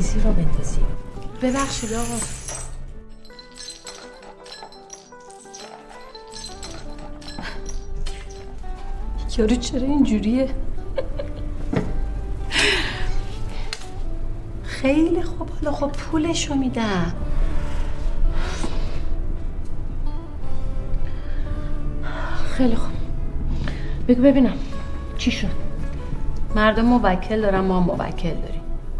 تیزی رو بندازی. ببخشید آقا. یارو چرا اینجوریه؟ خیلی خوب، حالا خب پولشو میدم. خیلی خوب، بگو ببینم چی شد؟ مردم موکل دارن، ما موکل داریم.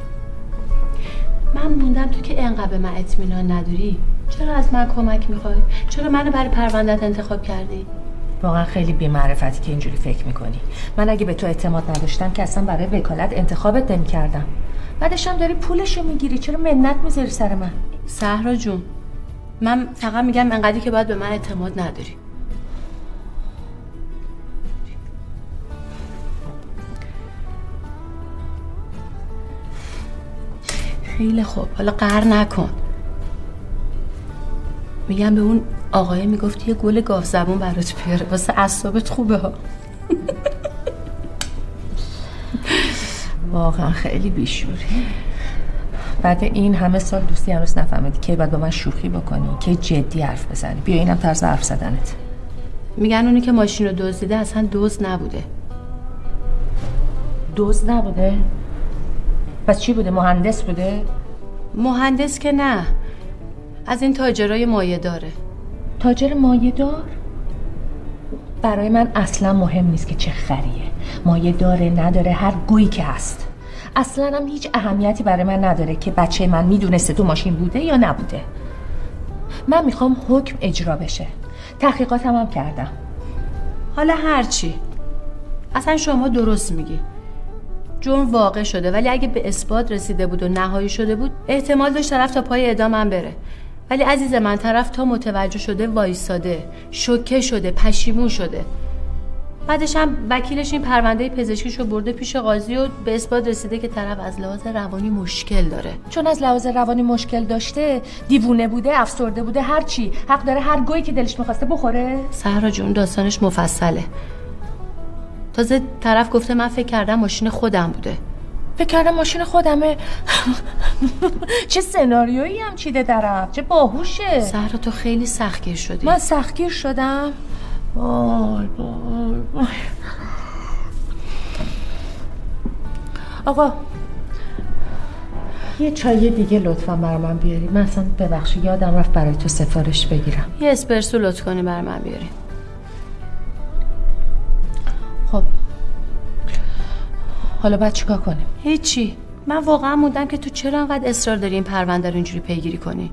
من موندم تو که انقدر به من اطمینان نداری. چرا از من کمک میخوای؟ چرا منو برای پرونده‌ات انتخاب کردی؟ واقعا خیلی بی‌معرفتی که اینجوری فکر میکنی. من اگه به تو اعتماد نداشتم که اصلا برای وکالت انتخابت نمی‌کردم. بعدش هم داری پولشو میگیری، چرا منت میذاری سر من؟ صحرا جون، من فقط میگم انقدری که باید به من اعتماد نداری. خیلی خوب، حالا قهر نکن. میگم به اون آقای میگفتی یه گل گاف زبون برات بیاره، واسه اعصابت خوبه ها. واقعا خیلی بیشوری. بعد این همه سال دوستی هنوز نفهمیدی که باید با من شوخی بکنی، که جدی حرف بزنی. بیا اینم طرز حرف زدنت. میگن اونی که ماشین رو دزدیده اصلا دزد نبوده. دزد نبوده؟ پس چی بوده؟ مهندس بوده؟ مهندس که نه، از این تاجرای مایه داره. تاجر مایه دار؟ برای من اصلا مهم نیست که چه خریه، مایه داره نداره، هر گویی که هست. اصلا هم هیچ اهمیتی برای من نداره که بچه من میدونسته تو ماشین بوده یا نبوده. من میخوام حکم اجرا بشه. تحقیقاتم هم کردم. حالا هرچی، اصلا شما درست میگی، جرم واقع شده، ولی اگه به اثبات رسیده بود و نهایی شده بود احتمال داشت طرف تا پای اعدام هم بره. ولی عزیز من، طرف تا متوجه شده وایساده، شوکه شده، پشیمون شده. بعدش هم وکیلش این پرونده پزشکیشو برده پیش قاضی و به اثبات رسیده که طرف از لحاظ روانی مشکل داره. چون از لحاظ روانی مشکل داشته، دیوونه بوده، افسرده بوده، هر چی، حق داره هر گویی که دلش می‌خواسته بخوره. صحرا جون، داستانش مفصله. تازه طرف گفته من فکر کردم ماشین خودم بوده. فکر کردم ماشین خودمه. چه سناریویی هم چیده طرف، چه باهوشه. صحرا تو خیلی سختگیر شدی. من سختگیر شدم؟ وای. آقا یه چای دیگه لطفا برای من بیاری. من اصلا ببخشید یادم رفت برای تو سفارش بگیرم. یه اسپرسو لطف کنی برای من بیاری. خب حالا باید چیکار کنیم؟ هیچی. من واقعا موندم که تو چرا انقدر اصرار داری این پرونده رو اینجوری پیگیری کنی.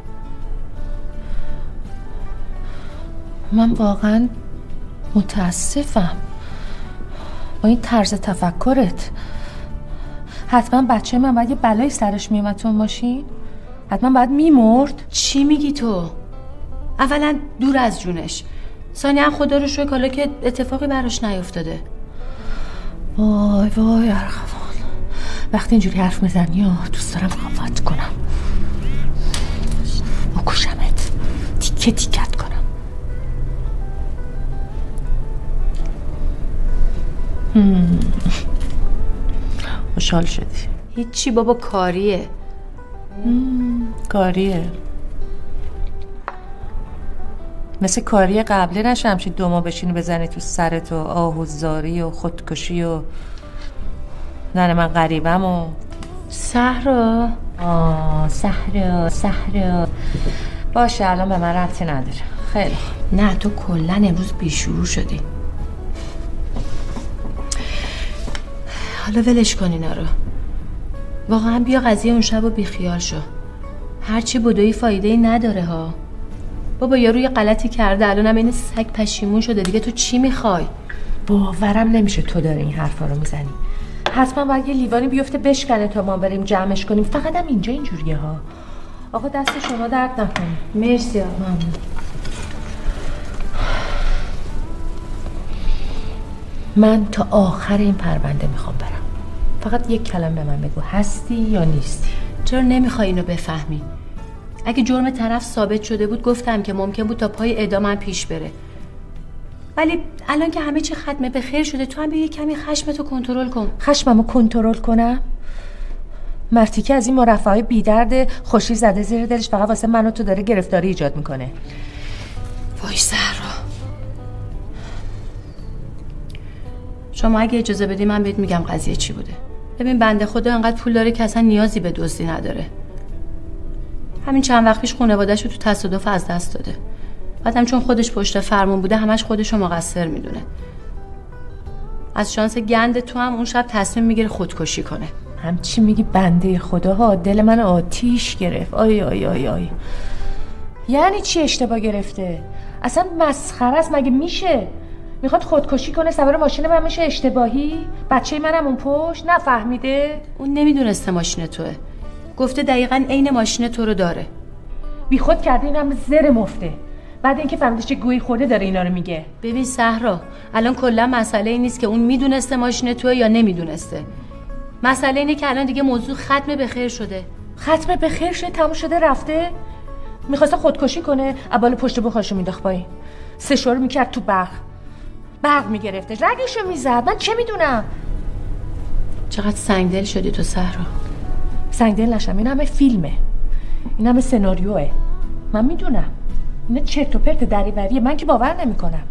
من واقعا متاسفم با این طرز تفکرت. حتما بچه من باید یه بلایی سرش میومد تو ماشین، حتما باید میمرد. چی میگی تو؟ اولا دور از جونش، ثانیا خدا رو شکر حالا که اتفاقی براش نیفتاده. وای ارغوان، وقتی اینجوری حرف میزنی دوست دارم خفت کنم، بکشمت، تیکه تیکت کنم. خوشحال شدی؟ هیچی بابا، کاریه. کاریه؟ مثل کاری قبلی نشه همچی دوما بشینی بزنی تو سرت و آه و زاری و خودکشی و نه من غریبم و صحرا. صحرا باشه، الان به من ربطی نداره. خیلی نه تو کلا امروز بیشورو شدی. حالا ولش کن اینا رو. واقعا بیا قضیه اون شب و بیخیال شو. هرچی بدوی فایده ای نداره ها. بابا یارو یه غلطی کرده، الانم این سگ پشیمون شده دیگه. تو چی میخوای؟ باورم نمیشه تو داری این حرفا رو میزنی. حتما باید یه لیوانی بیفته بشکنه تا ما بریم جمعش کنیم. فقط هم اینجا اینجوریه ها. آقا دست شما درد نکنه. مرسی آقا. ممنون. من تا آخر این پرونده میخوام برم. فقط یک کلمه به من بگو، هستی یا نیستی؟ چرا نمیخوای اینو بفهمی؟ اگه جرم طرف ثابت شده بود گفتم که ممکن بود تا پای اعدامم پیش بره. ولی الان که همه چی ختمه به خیر شده، تو هم بیا کمی خشمتو کنترل کن. خشممو کنترل کنم؟ مرتی که از این مرفعای بی‌درد خوشی زده زیر دلش فقط واسه من و تو داره گرفتاری ایجاد میکنه. وای زهرا، شما اگه اجازه بدی من بهت میگم قضیه چی بوده. ببین بنده خدا انقدر پول داره که اصلا نیازی به دزدی نداره. همین چند وقت پیش خانواده‌شو تو تصادف از دست داده. بعدم چون خودش پشت فرمون بوده همش خودشو مقصر میدونه. از شانس گند تو هم اون شب تصمیم میگیره خودکشی کنه. همچی میگی بنده خداها، دل من آتیش گرفت. آی آی آی آی. یعنی چی اشتباه گرفته؟ اصلا مسخره است، مگه میشه؟ میخواد خودکشی کنه سوار ماشین من میشه اشتباهی؟ بچه منم اون پشت نفهمیده؟ اون نمیدونسته ماشین توه. گفته دقیقاً عین ماشین تو رو داره. بی خود کرده اینم زر مفته. بعد اینکه فهمیدش چه گویی خورده داره اینا رو میگه. ببین صحرا، الان کلا مسئله این نیست که اون میدونسته ماشین توه یا نمیدونسته. مسئله اینه که الان دیگه موضوع ختم به خیر شده. ختم به خیر شده، تموم شده، رفته. میخواسته خودکشی کنه، اول پشت بخاشو مینداخت پایین. سشوار میکرد تو برق میگرفتش، رگشو میزد. من چه میدونم؟ چقدر سنگدل شدی تو صحرا. سنگدل نشم، این همه فیلمه، این همه سناریوه. من میدونم اینا چرت و پرت دریوریه، من که باور نمیکنم.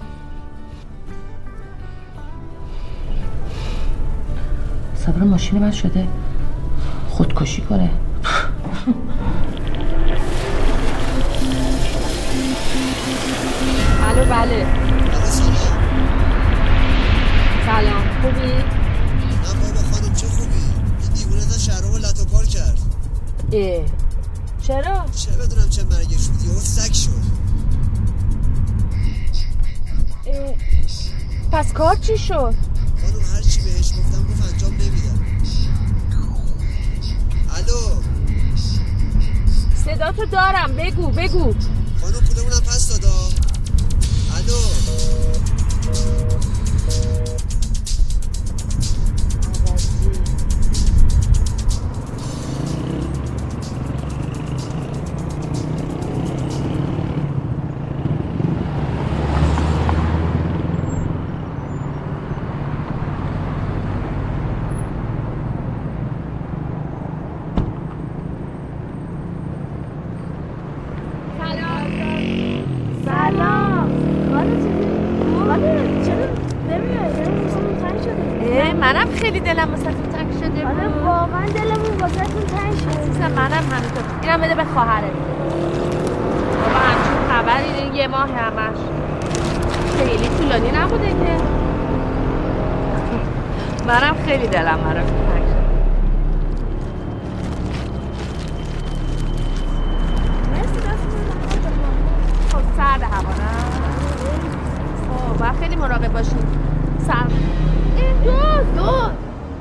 سوار ماشین من شده خودکشی کنه. الو بله. سلام، خوبی؟ نه بابا خانم چه خوبی؟ این دیوونه تا شهرامو لتوپار کرد. چرا؟ چه بدونم چه مرگش بود، یهو سگ شد. پس کار چی شد؟ خانم هر چی بهش گفتم گفت انجام نمیدم. الو صداتو دارم، بگو. خانم پولمونم پس دادا. الو منم خیلی دلم واسهتون تنگ شده. آره واقعا دلمون واسهتون تنگ شده. منم همینطور. اینم بده به خواهرت. بابا همچون خبری یه ماه همش. خیلی طولانی نبوده که. منم خیلی دلم براتون تنگ شده. مرسی دستتون. خب سرد هوا نه؟ خب باید خیلی مراقب باشید. سرد. دوست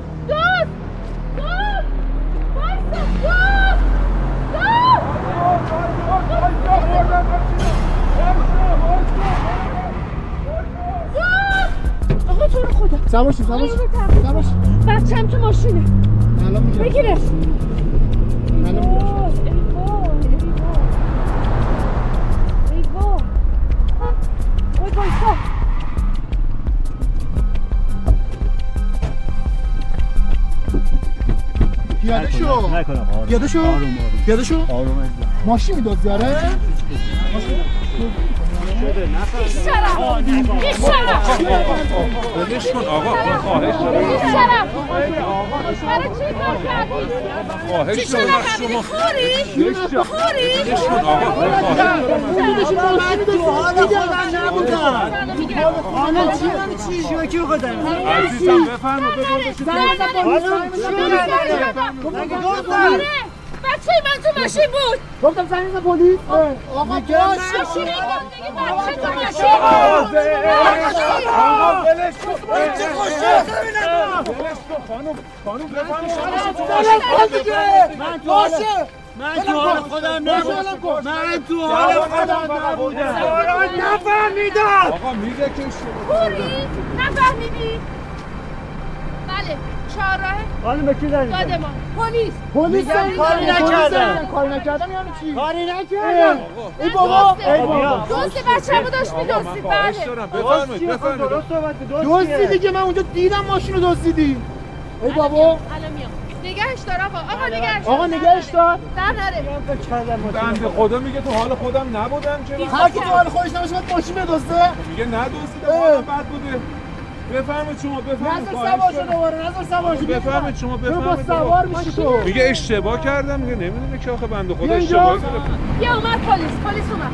آقا تو رو خدا سوارشی بچه‌م تو ماشینه. بگیرش. پیاده شو ماشین میدازی. آره ولش کن آقا، خواهش دارم. برای چی کار کردی؟ خواهش چی شده همینی خوری؟ ولش کن آقا، عزیزم بفرما بچه من تو ماشین بود. گفتم زنگ پلیس. آقا بچه تو ماشین بود. آقا ولش کن. خانم من تو حال خودم نبودم. نفهمیدم. آقا میگه که خوری؟ نفهمیدی؟ بله چهارراه. خانم به کی زنگ زدی؟ دادمان پلیس کاری نکردم. یعنی چی؟ کاری نکردم. ای بابا دوست بچه‌مو داشت می‌دزدید. خواهش بله دارم بفرمایید. دزدیدی که من اونجا دیدم ماشینو دزدیدی. ای بابا الان میام. نگه نگهش دار آقا نگهش آقا نگهش دار. در نره. بنده خدا میگه تو حال خودم نبودم که هر کی تو حال خودش نباشه باید ماشین بدزده. میگه ندوسیدم حالا بد بوده. بفرمایید شما بفرمایید. نظر سوار شو دوباره نظر سوار شو. بفرمایید شما بفرمایید. با سوار میشی تو. میگه اشتباه کردم میگه نمیدونه که آخه بنده خدا اشتباه کرده. بیا اومد پلیس اومد.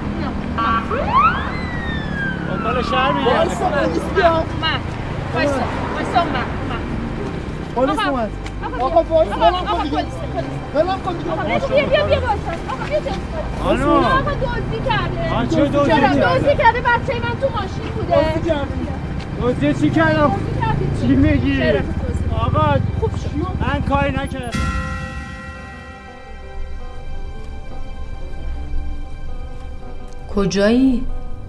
دنبال شهر میاد. پلیس بیا. وایسا اومد. پلیس اومد. آقا وایس بلم کن دیگه. بلم کن دیگه. بیا وایسا. آقا بیا آقا دزدی کرده. چه دزدی کرده بچه من تو ماشین بوده. دزدی چی کردم؟ چی میگی؟ آقا من کاری نکردم. کجایی؟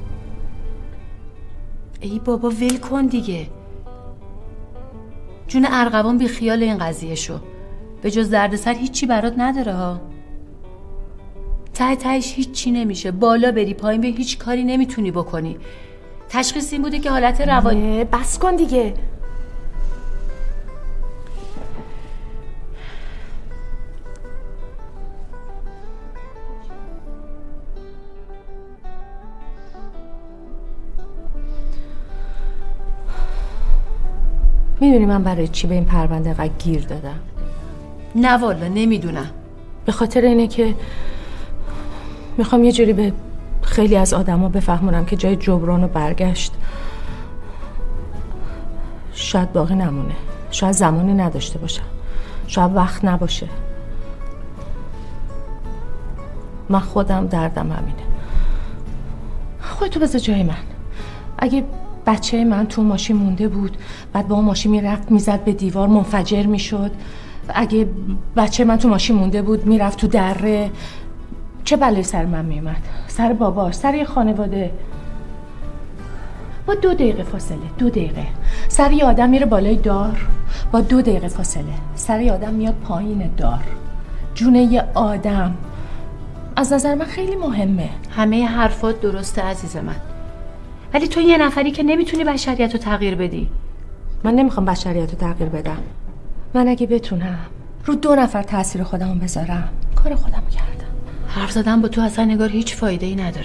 ای بابا ول کن دیگه. جون ارغوان بی خیال این قضیه شو. به جز دردسر هیچی برات نداره ها. تهش هیچی نمیشه. بالا بری پایین به هیچ کاری نمیتونی بکنی. تشخیص این بوده که حالت روانی. بس کن دیگه. میدونی من برای چی به این پرونده قد گیر دادم؟ نه والا نمیدونم. به خاطر اینه که میخوام یه جوری به خیلی از آدما بفهمونم که جای جبران و برگشت شاید باقی نمونه. شاید زمانی نداشته باشم. شاید وقت نباشه. من خودم دردم همینه. خودتو بذار جای من. اگه بچه من تو ماشین مونده بود بعد با اون ماشین میرفت میزد به دیوار منفجر میشد، اگه بچه من تو ماشین مونده بود میرفت تو دره، چه بلایی سر من میومد؟ سر باباش، سر یه خانواده. با 2 دقیقه فاصله، 2 دقیقه سر یه آدم میره بالای دار، با 2 دقیقه فاصله سر یه آدم میاد پایین دار. جون یه آدم از نظر من خیلی مهمه. همه حرفات درسته عزیز من، ولی تو یه نفری که نمیتونی بشریت رو تغییر بدی. من نمیخوام بشریت رو تغییر بدم. من اگه بتونم رو 2 نفر تاثیر خودمو بذارم کار خودمو کردم. حرف زدن با تو اصلا نگار هیچ فایده ای نداره.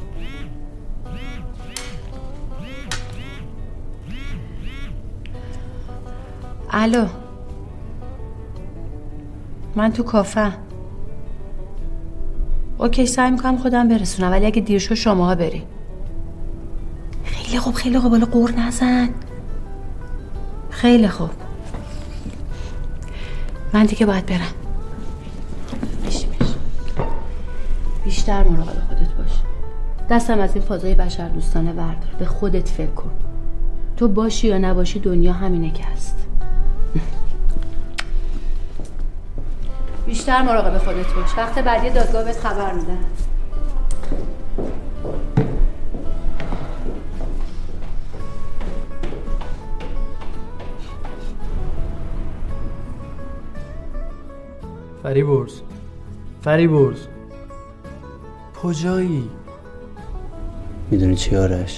الو، من تو کافه. اوکی سعی میکنم خودم برسونم، ولی اگه دیر شد شماها بری. خیلی خوب خیلی خوب، بالا قور نزن. خیلی خوب، من دیگه باید برم. میشه بیشتر مراقب خودت باش. دستم از این فضای بشر دوستانه بردار. به خودت فکر کن. تو باشی یا نباشی دنیا همینه که هست. بیشتر مراقب خودت باش. وقت بعدی دادگاه بهت خبر میدم. فریبرز کجایی؟ میدونی چی آرش؟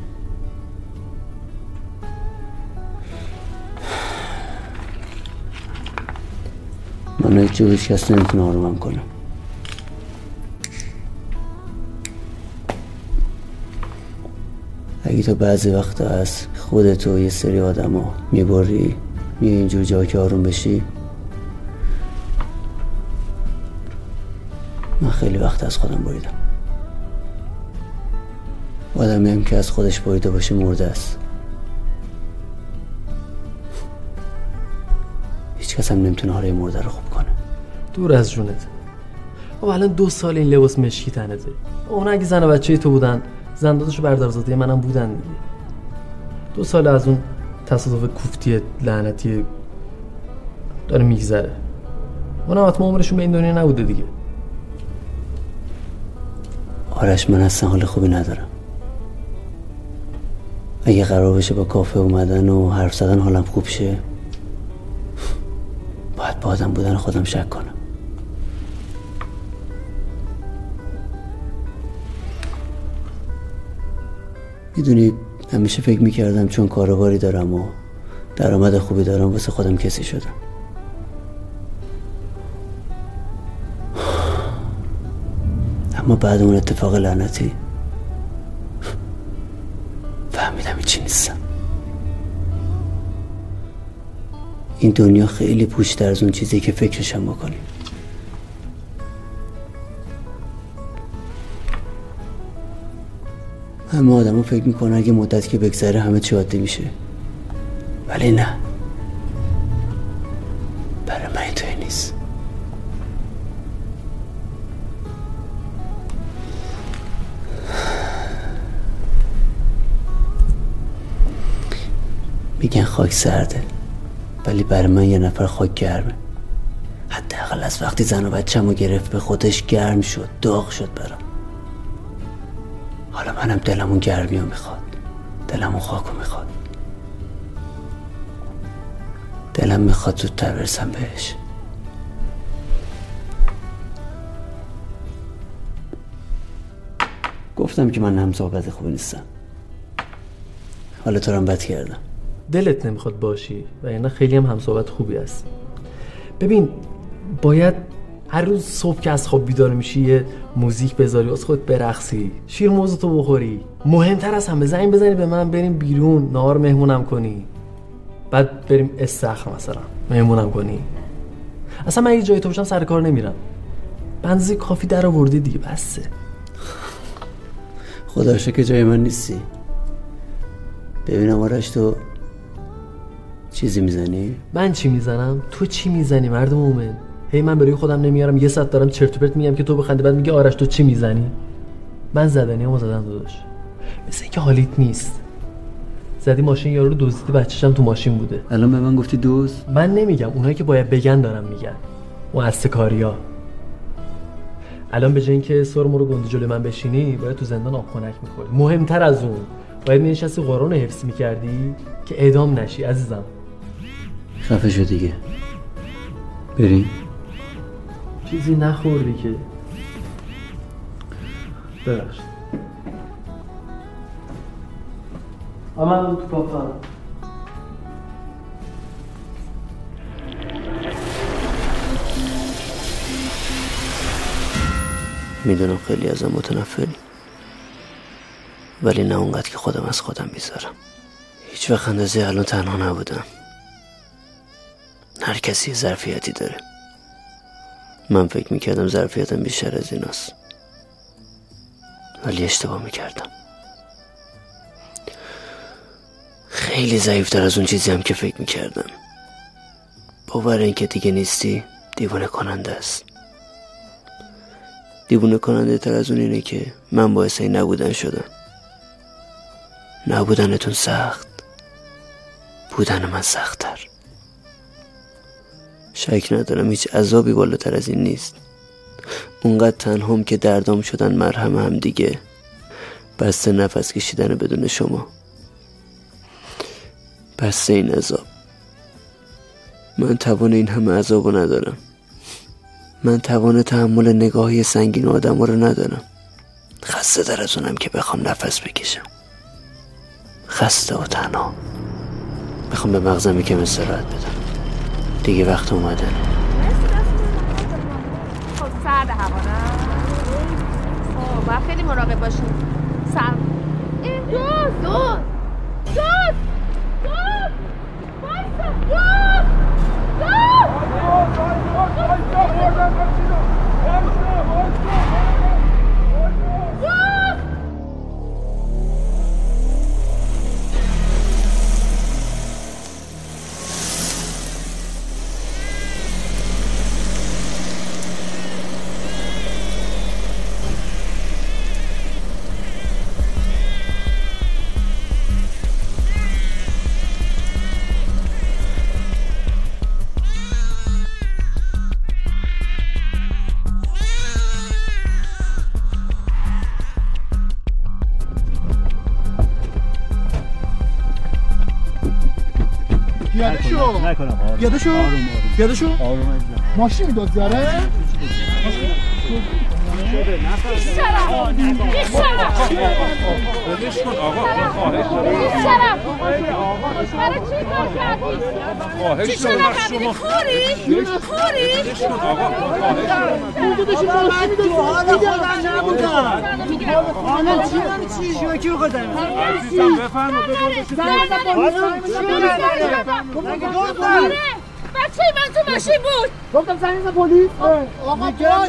من هیچ کسی نمیتونه آرومم کنه. اگه تو بعضی وقتا از خودتو یه سری آدما میبری میای اینجور جا که آروم بشی، من خیلی وقت از خودم بریدم. آدمی هم که از خودش بریده باشه مرده است. هیچ کس هم نمیتونه حال مرده رو خوب کنه. دور از جونت. بابا الان 2 سال این لباس مشکی تنته. اونا اگه زن و بچه تو بودن، زنداداشو بردارزاده منم بودن دیگه. 2 سال از اون تصادف کوفتی لعنتی داره میگذره. اونا حتما عمرشون به این دنیا نبوده دیگه. آرش من اصلا حال خوبی ندارم. اگه قرار بشه با کافه اومدن و حرف زدن حالم خوب شه، باید با آدم بودن خودم شک کنم. میدونی همیشه فکر میکردم چون کاروباری دارم و درآمد خوبی دارم واسه خودم کسی شدم. اما بعد اون اتفاق لعنتی فهمیدم هیچی نیستم. این دنیا خیلی پوچ‌تر از اون چیزی که فکرشم بکنیم. همه آدم فکر میکنن اگه مدت که بگذره همه چی عادی میشه، ولی نه، برای من اینطوری نیست. میگن خاک سرده، ولی برای من یه نفر خاک گرمه. حداقل از وقتی زن و بچه‌مو گرفت به خودش گرم شد، داغ شد برام. حالا منم دلمون گرمیو میخواد، دلمون خاکو میخواد. دلم میخواد زودتر برسم بهش. گفتم که من هم صحبت خوبی نیستم. حالا تو رو هم بد کردم. دلت نمیخواد باشی و اینا خیلی هم صحبت خوبی است. ببین باید هر روز صبح که از خواب بیدار میشی یه موزیک بذاری، از خودت برقصی، شیر موزتو بخوری، مهمتر از همه زنگ بزنی به من بریم بیرون نهار مهمونم کنی، بعد بریم استخر مثلا مهمونم کنی. اصلا من یه جای تو باشم سر کار نمیرم، بنزی کافی در آوردی دیگه، بسه. خدا شکر جای من نیستی. ببینم آرش تو چیزی میزنی؟ من چی میزنم؟ تو چی میزنی مرد مومن؟ هی من برای خودم نمیارم، یه ساعت دارم چرت و پرت میگم که تو بخنده، بعد میگه آرش تو چی میزنی؟ من زدنیامو زدم داداش، مثل اینکه حالیت نیست. زدی ماشین یارو رو دزدیدی، بچه‌شم تو ماشین بوده. الان به من گفتی دوز؟ من نمیگم، اونایی که باید بگن دارم میگن، مؤسسه‌کاریا. الان به جای اینکه سرمو رو گنده جلوی من بشینی باید تو زندان آب خنک می‌خوری. مهمتر از اون باید می‌نشستی قرآن حفظ می‌کردی که اعدام نشی عزیزم. خفه شو دیگه، بریم. چیزی نخوردی که ببخشید. من تو کافم. میدونم خیلی ازم متنفری، ولی نه اونقدر که خودم از خودم بیزارم. هیچ وقت اندازه الان تنها نبودم. هر کسی ظرفیتی داره. من فکر میکردم ظرفیتم بیشتر از ایناست، ولی اشتباه میکردم. خیلی ضعیفتر از اون چیزی هم که فکر میکردم. باور این که دیگه نیستی دیوانه کننده است. دیوانه کننده تر از اون اینه که من باعث این نبودن شدم. نبودنتون سخت، بودن من سخت‌تر. شک ندارم هیچ عذابی بالاتر از این نیست. اونقدر تنهام که دردام شدن مرهم هم دیگه، بسته نفس کشیدن بدون شما، بسته این عذاب. من توان این همه عذابو ندارم. من توان تحمل نگاهی سنگین آدم رو ندارم. خسته در از اونم که بخوام نفس بکشم. خسته و تنها. میخوام به مغزم یکم استراحت بدم. دیگه وقت اومده. خب سرد هوا نه؟ خب باید خیلی مراقب باشیم. سرد. دوست پیاده شو ماشین میداد زاره. ولش کن آقا خواهش برای چی کار کردی؟ چی شده فهمیدی خوری؟ ولش کن آقا خواهش اونجا داشتی باشی میداشتی حالا خودم نبودم حالا چی شوکی رو خودم عزیزم بفرما بچه من تو ماشین بود گفتم زنگ پلیس آقا بچه تو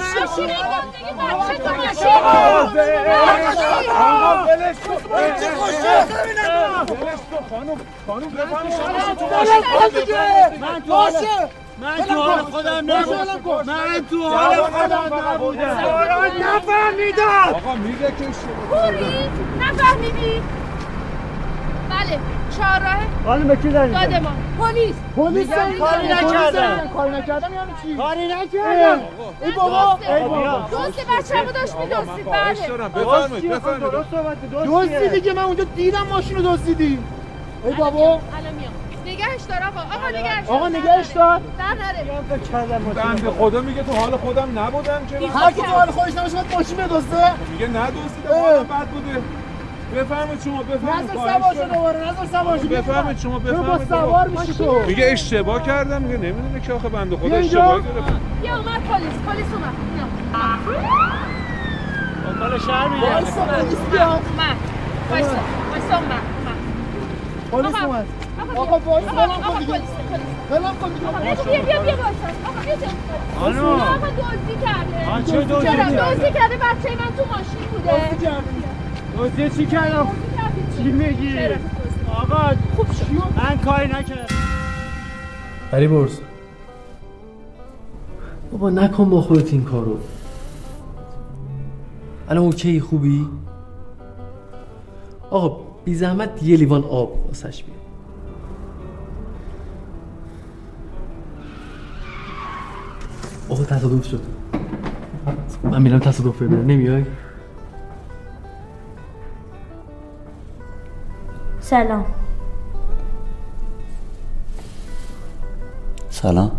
ماشین آقا ولش کن خانم من تو حال خودم نبودم نفهمیدم آقا میگه که خوری؟ نفهمیدی؟ بله چهارراه حالا به کی زنگ داده ما پلیس کاری نکردم یعنی چی کاری نکردم ای بابا دوست بچه‌مو داشت می‌دزدید خواهش دارم بفرمایید دزدیدی که من اونجا دیدم ماشینو دزدیدی ای بابا الان میام نگهش دار آقا نگهش دار در نره بنده خدا میگه تو حال خودم نبودم که هر کی تو حال خودش نباشه باید ماشین بدزده میگه ندزدیدم حالا بد بوده بفرمایید شما نظر سوار شو دوباره نظر سوار شو بفرمایید شما بفرمایید سوار میشی تو میگه اشتباه کردم میگه نمیدونه که آخه بنده خدا اشتباهی گرفتم بیا اومد پلیس اومد دنبال شهر میگه وایسا اومد پلیس اومد آقا وایس بلام کن دیگه بلام کن دیگه بیا وایسا آقا بیا آقا دزدی کرده دزدی کرده بچه من تو ماشین بوده دزدی چی کردم چی میگی آقا خوب من کاری نکردم فریبرز بابا نکن با خودت این کارو الان اوکی خوبی؟ آقا بی زحمت یه لیوان آب واسش بیار آقا تصادف شد من میرم تصادف ببینم نمیای؟ سلام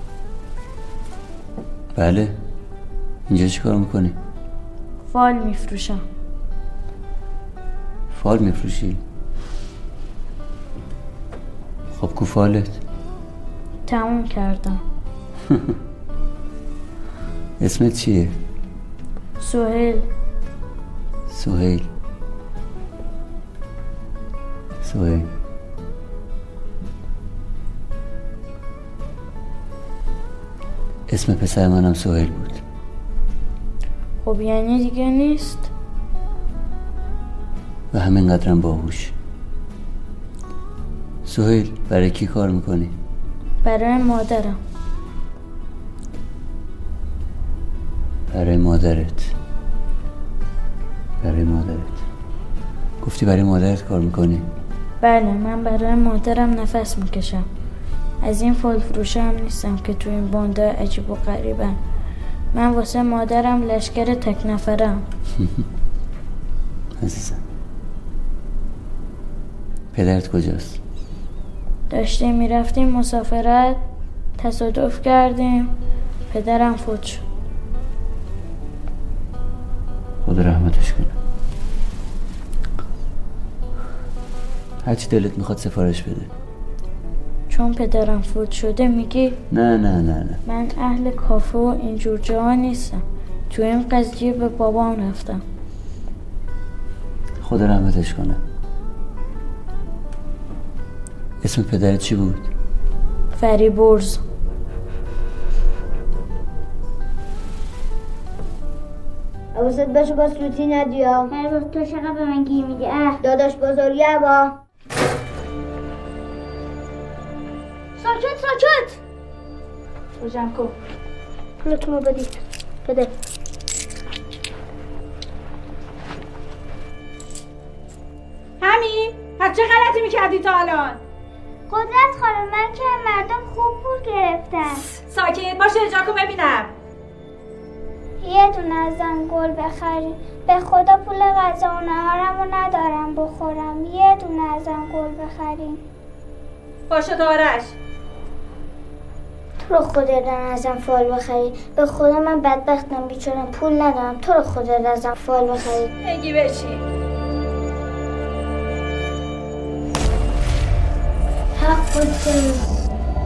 بله اینجا چی کار میکنی؟ فال میفروشم فال میفروشی؟ خب کو فالت؟ تموم کردم اسمت چیه؟ سهیل اسم پسر منم سهیل بود خب یعنی دیگه نیست و همینقدرم باهوش سهیل برای کی کار میکنی؟ برای مادرم برای مادرت گفتی برای مادرت کار میکنی؟ بله من برای مادرم نفس میکشم از این فال فروشه هم نیستم که تو این بانده عجیب و غریبم من واسه مادرم لشکر تک نفرم عزیزم پدرت کجاست؟ داشتیم میرفتیم مسافرت تصادف کردیم پدرم فوت شد خدا رحمتش کنه هرچی دلت میخواد سفارش بده چون پدرم فوت شده میگی؟ نه من اهل کافه و اینجور جاها نیستم تو این قضیه به بابام رفتم خدا رحمتش کنه اسم پدرت چی بود؟ فریبرز حواست باشه با سوتی ندیا فریبرز تو چقدر به من گیر میگه داداش بزرگه با ساکت رو جمع کن پولتون رو بدید بده همین؟ پس چه غلطی میکردی تا الان؟ قدرت خانم من که مردم خوب پول گرفتم ساکت باشه اجرا کن ببینم یه دونه ازم گل بخرید به خدا پول غذا و نهارمو ندارم بخورم یه دونه ازم گل بخرید باشه دارش تو رو خدا ازم فال بخری. به خدا من بدبختم بیچارم، پول ندارم. تو رو خدا ازم فال بخری. بگی بشین. حق بود.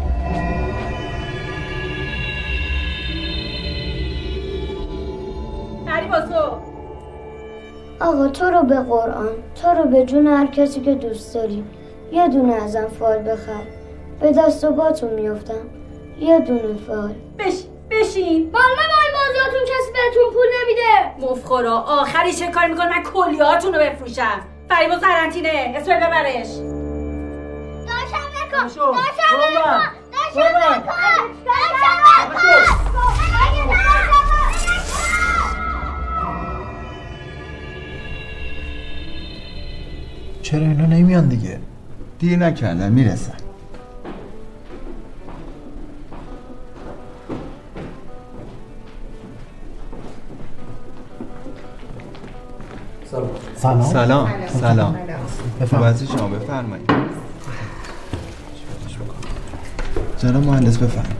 آقا تو رو به قرآن، تو رو به جون هر کسی که دوست داری یه دونه ازم فال بخر. به دست و پاتون میافتم. یه دونه فال. بشین. والله با این بازیاتون کسی بهتون پول نمیده. مفخورا آخری چه کاری میکنه؟ من کلیهاتون رو بفروشم. فریبا زرنتینه، اسم ببرش. داشتم نکن. چرا اینا نمیان دیگه؟ دیر نکردن میرسن. سلام. بفرمایید شما بفرمایید. جناب مهندس بفرمایید.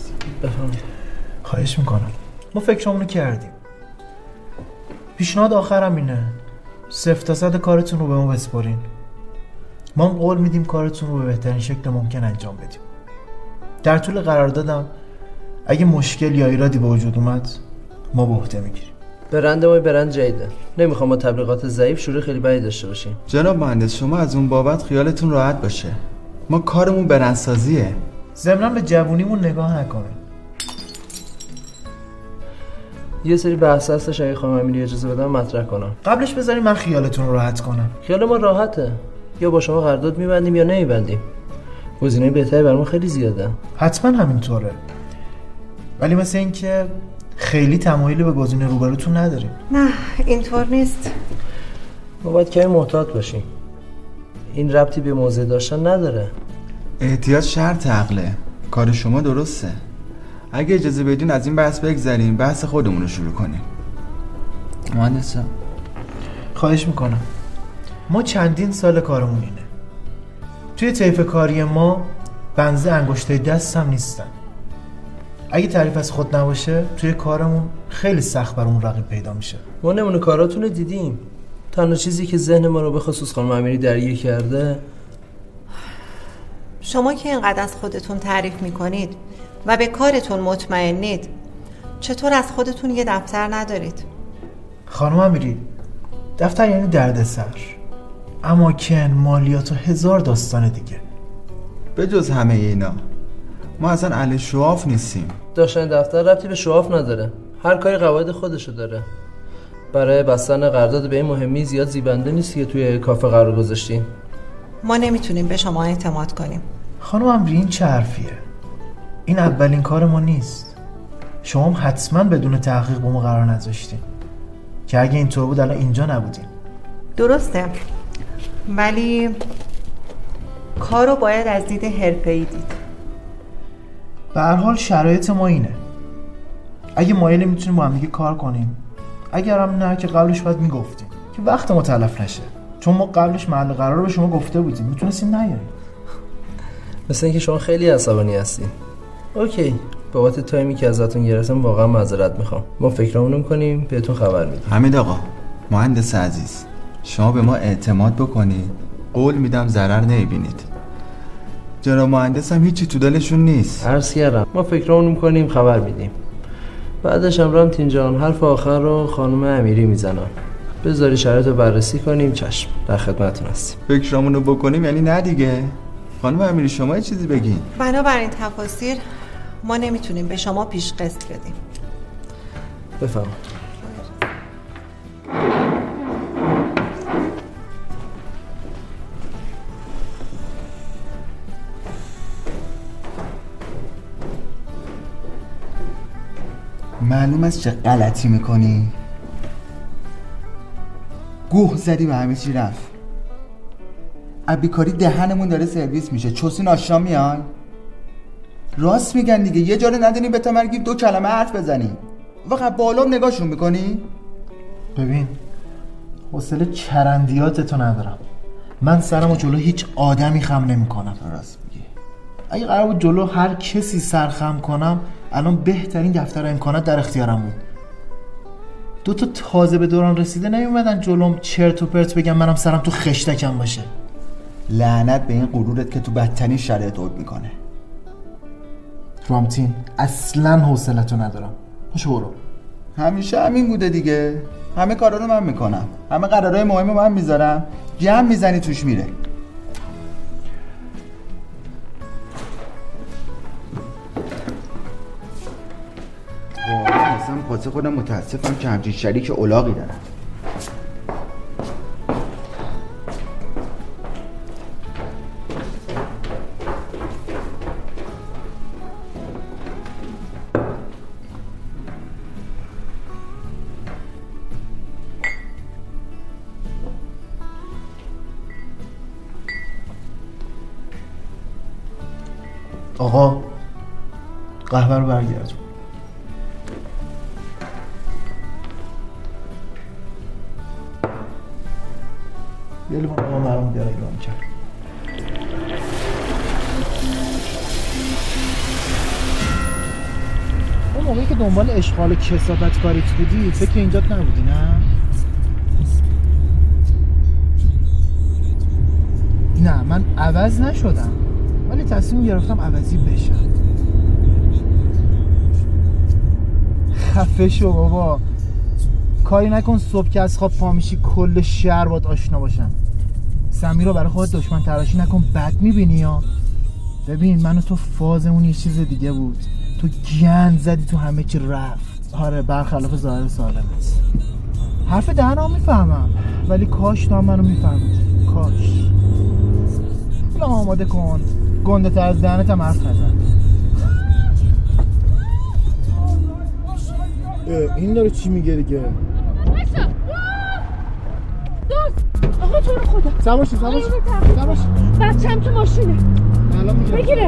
خواهش میکنم. ما فکرمونو کردیم. پیشنهاد آخرم اینه. 0 تا 100 کارتون رو به ما بسپارین. ما قول میدیم کارتون رو به بهترین شکل ممکن انجام بدیم. در طول قراردادم اگه مشکل یا ایرادی به وجود اومد ما به عهده میگیریم. برند ما برند جدیده. نمیخوام با تبلیغات ضعیف شروع خیلی بدی داشته باشیم. جناب مهندس شما از اون بابت خیالتون راحت باشه. ما کارمون برندسازیه. ضمناً به جوونیمون نگاه نکنین. یه سری بحث هستش اگه خانم امیری اجازه بدم مطرح کنم. قبلش بذارین من خیالتون رو راحت کنم. خیال ما راحته. یا با شما قرارداد میبندیم یا نمیبندیم. گزینه‌های بهتری برامون خیلی زیاده. حتما همینطوره. ولی مثل این که خیلی تمایلی به گزینه روبروتون نداریم. نه اینطور نیست. ما باید کمی محتاط باشیم. این ربطی به موضع داشتن نداره. احتیاط شرط عقله. کار شما درسته. اگه اجازه بدین از این بحث بگذریم، بحث خودمون رو شروع کنیم. مهندس خواهش میکنم. ما چندین سال کارمون اینه. توی طیف کاری ما بنز انگشته دست هم نیستن. اگه تعریف از خود نباشه توی کارمون خیلی سخت برامون رقیب پیدا میشه. ما نمونه کاراتون رو دیدیم. تنها چیزی که ذهن ما رو به خصوص خانم امیری درگیر کرده. شما که اینقدر از خودتون تعریف میکنید و به کارتون مطمئنید، چطور از خودتون یه دفتر ندارید؟ خانم امیری، دفتر یعنی دردسر، اماکن، مالیات و 1000 داستان دیگه. به جز همه اینا ما اصلا اهل شواف نیستیم. داشتن دفتر ربطی به شواف نداره. هر کاری قواعد خودشو داره. برای بستن قرارداد به این مهمی زیاد زیبنده نیست که توی کافه قرار گذاشتین. ما نمیتونیم به شما اعتماد کنیم. خانم امیری این چه حرفیه؟ این اولین کار ما نیست. شما هم حتما بدون تحقیق با ما قرار نذاشتین که اگه اینطور بود الان اینجا نبودین. درسته، ولی کارو باید از دید حرفه‌ای دید. به هر حال شرایط ما اینه. اگه مایل میتونیم با هم دیگه کار کنیم، اگرم نه که قبلش باید میگفتیم که وقت ما تلف نشه. چون ما قبلش محل قرار رو به شما گفته بودیم، میتونستیم نیاریم. مثل اینکه شما خیلی عصبانی هستین. اوکی، بابت تایمی که ازتون گرفتم واقعا معذرت میخوام. ما فکرامونو میکنیم، بهتون خبر میدیم. حمید آقا، مهندس عزیز، شما به ما اعتماد بکنید. قول میدم ضرر نمیبینید. جناب مهندس هم هیچی تو دلشون نیست. عرض کردم ما فکرامونو میکنیم، خبر میدیم. بعدش هم رامتین جان حرف آخر رو خانم امیری میزنن. بذاری شرایط رو بررسی کنیم. چشم، در خدمتتون هستیم. فکرامونو بکنیم یعنی نه دیگه. خانم امیری شما یه چیزی بگین. بنابراین تفاصیل ما نمیتونیم به شما پیش قسط بدیم. بفرمایید. معلوم است چه غلطی میکنی. گوه زدی به همه چی رفت. ابیکاری دهنمون داره سرویس میشه. چوسی آشنا میای. راست میگن دیگه، یه جا رو نداریم به تمرگی 2 کلمه حرف بزنیم. فقط بالام نگاهشون میکنی. ببین حوصله چرندیاتتو ندارم. من سرمو جلو هیچ آدمی خم نمیکنم. راست میگی. اگه قرار بود جلو هر کسی سرخم کنم الان بهترین دفتر امکانات در اختیارم بود. 2 تا تازه به دوران رسیده نیومدن جلوم چرت و پرت بگم منم سرم تو خشتکم باشه. لعنت به این غرورت که تو بدترین شرایط عود میکنه. رامتین اصلا حوصلتو ندارم. پاشو برو. همیشه همین بوده دیگه. همه کارا رو من میکنم، همه قرارهای مهم من میذارم، جمع میزنی توش میره. واقعا اصلا خاصه خودم متاسفم که همچین شریک اولاغی دارم. آقا قهوه رو برگردون. یه لیوان آقا مرام بیاره ایران کرد. اون موقعی که دنبال اشغال کثافت کاریت بودی فکر اینجات نبودی نه؟ نه من عوض نشدم ولی تصمیم گرفتم عوضی بشم. خفه شو بابا. کاری نکن صبح که از خواب پا میشی کل شهر باید آشنا باشم. سمیرا برای خودت دشمن تراشی نکن بد میبینی یا. ببین من و تو فازمون یه چیز دیگه بود. تو گند زدی تو همه چی رفت. آره برخلاف ظاهر سالمت. حرف دهنم میفهمم ولی کاش تو هم منو میفهمید. کاش. بلا آماده کن گنده تر از دهنت هم حرف نزن. این داره چی میگه دیگه؟ بایسا دوست آقا تو رو خدا سواشی بچه‌م تو ماشینه الان میگم بگیرش.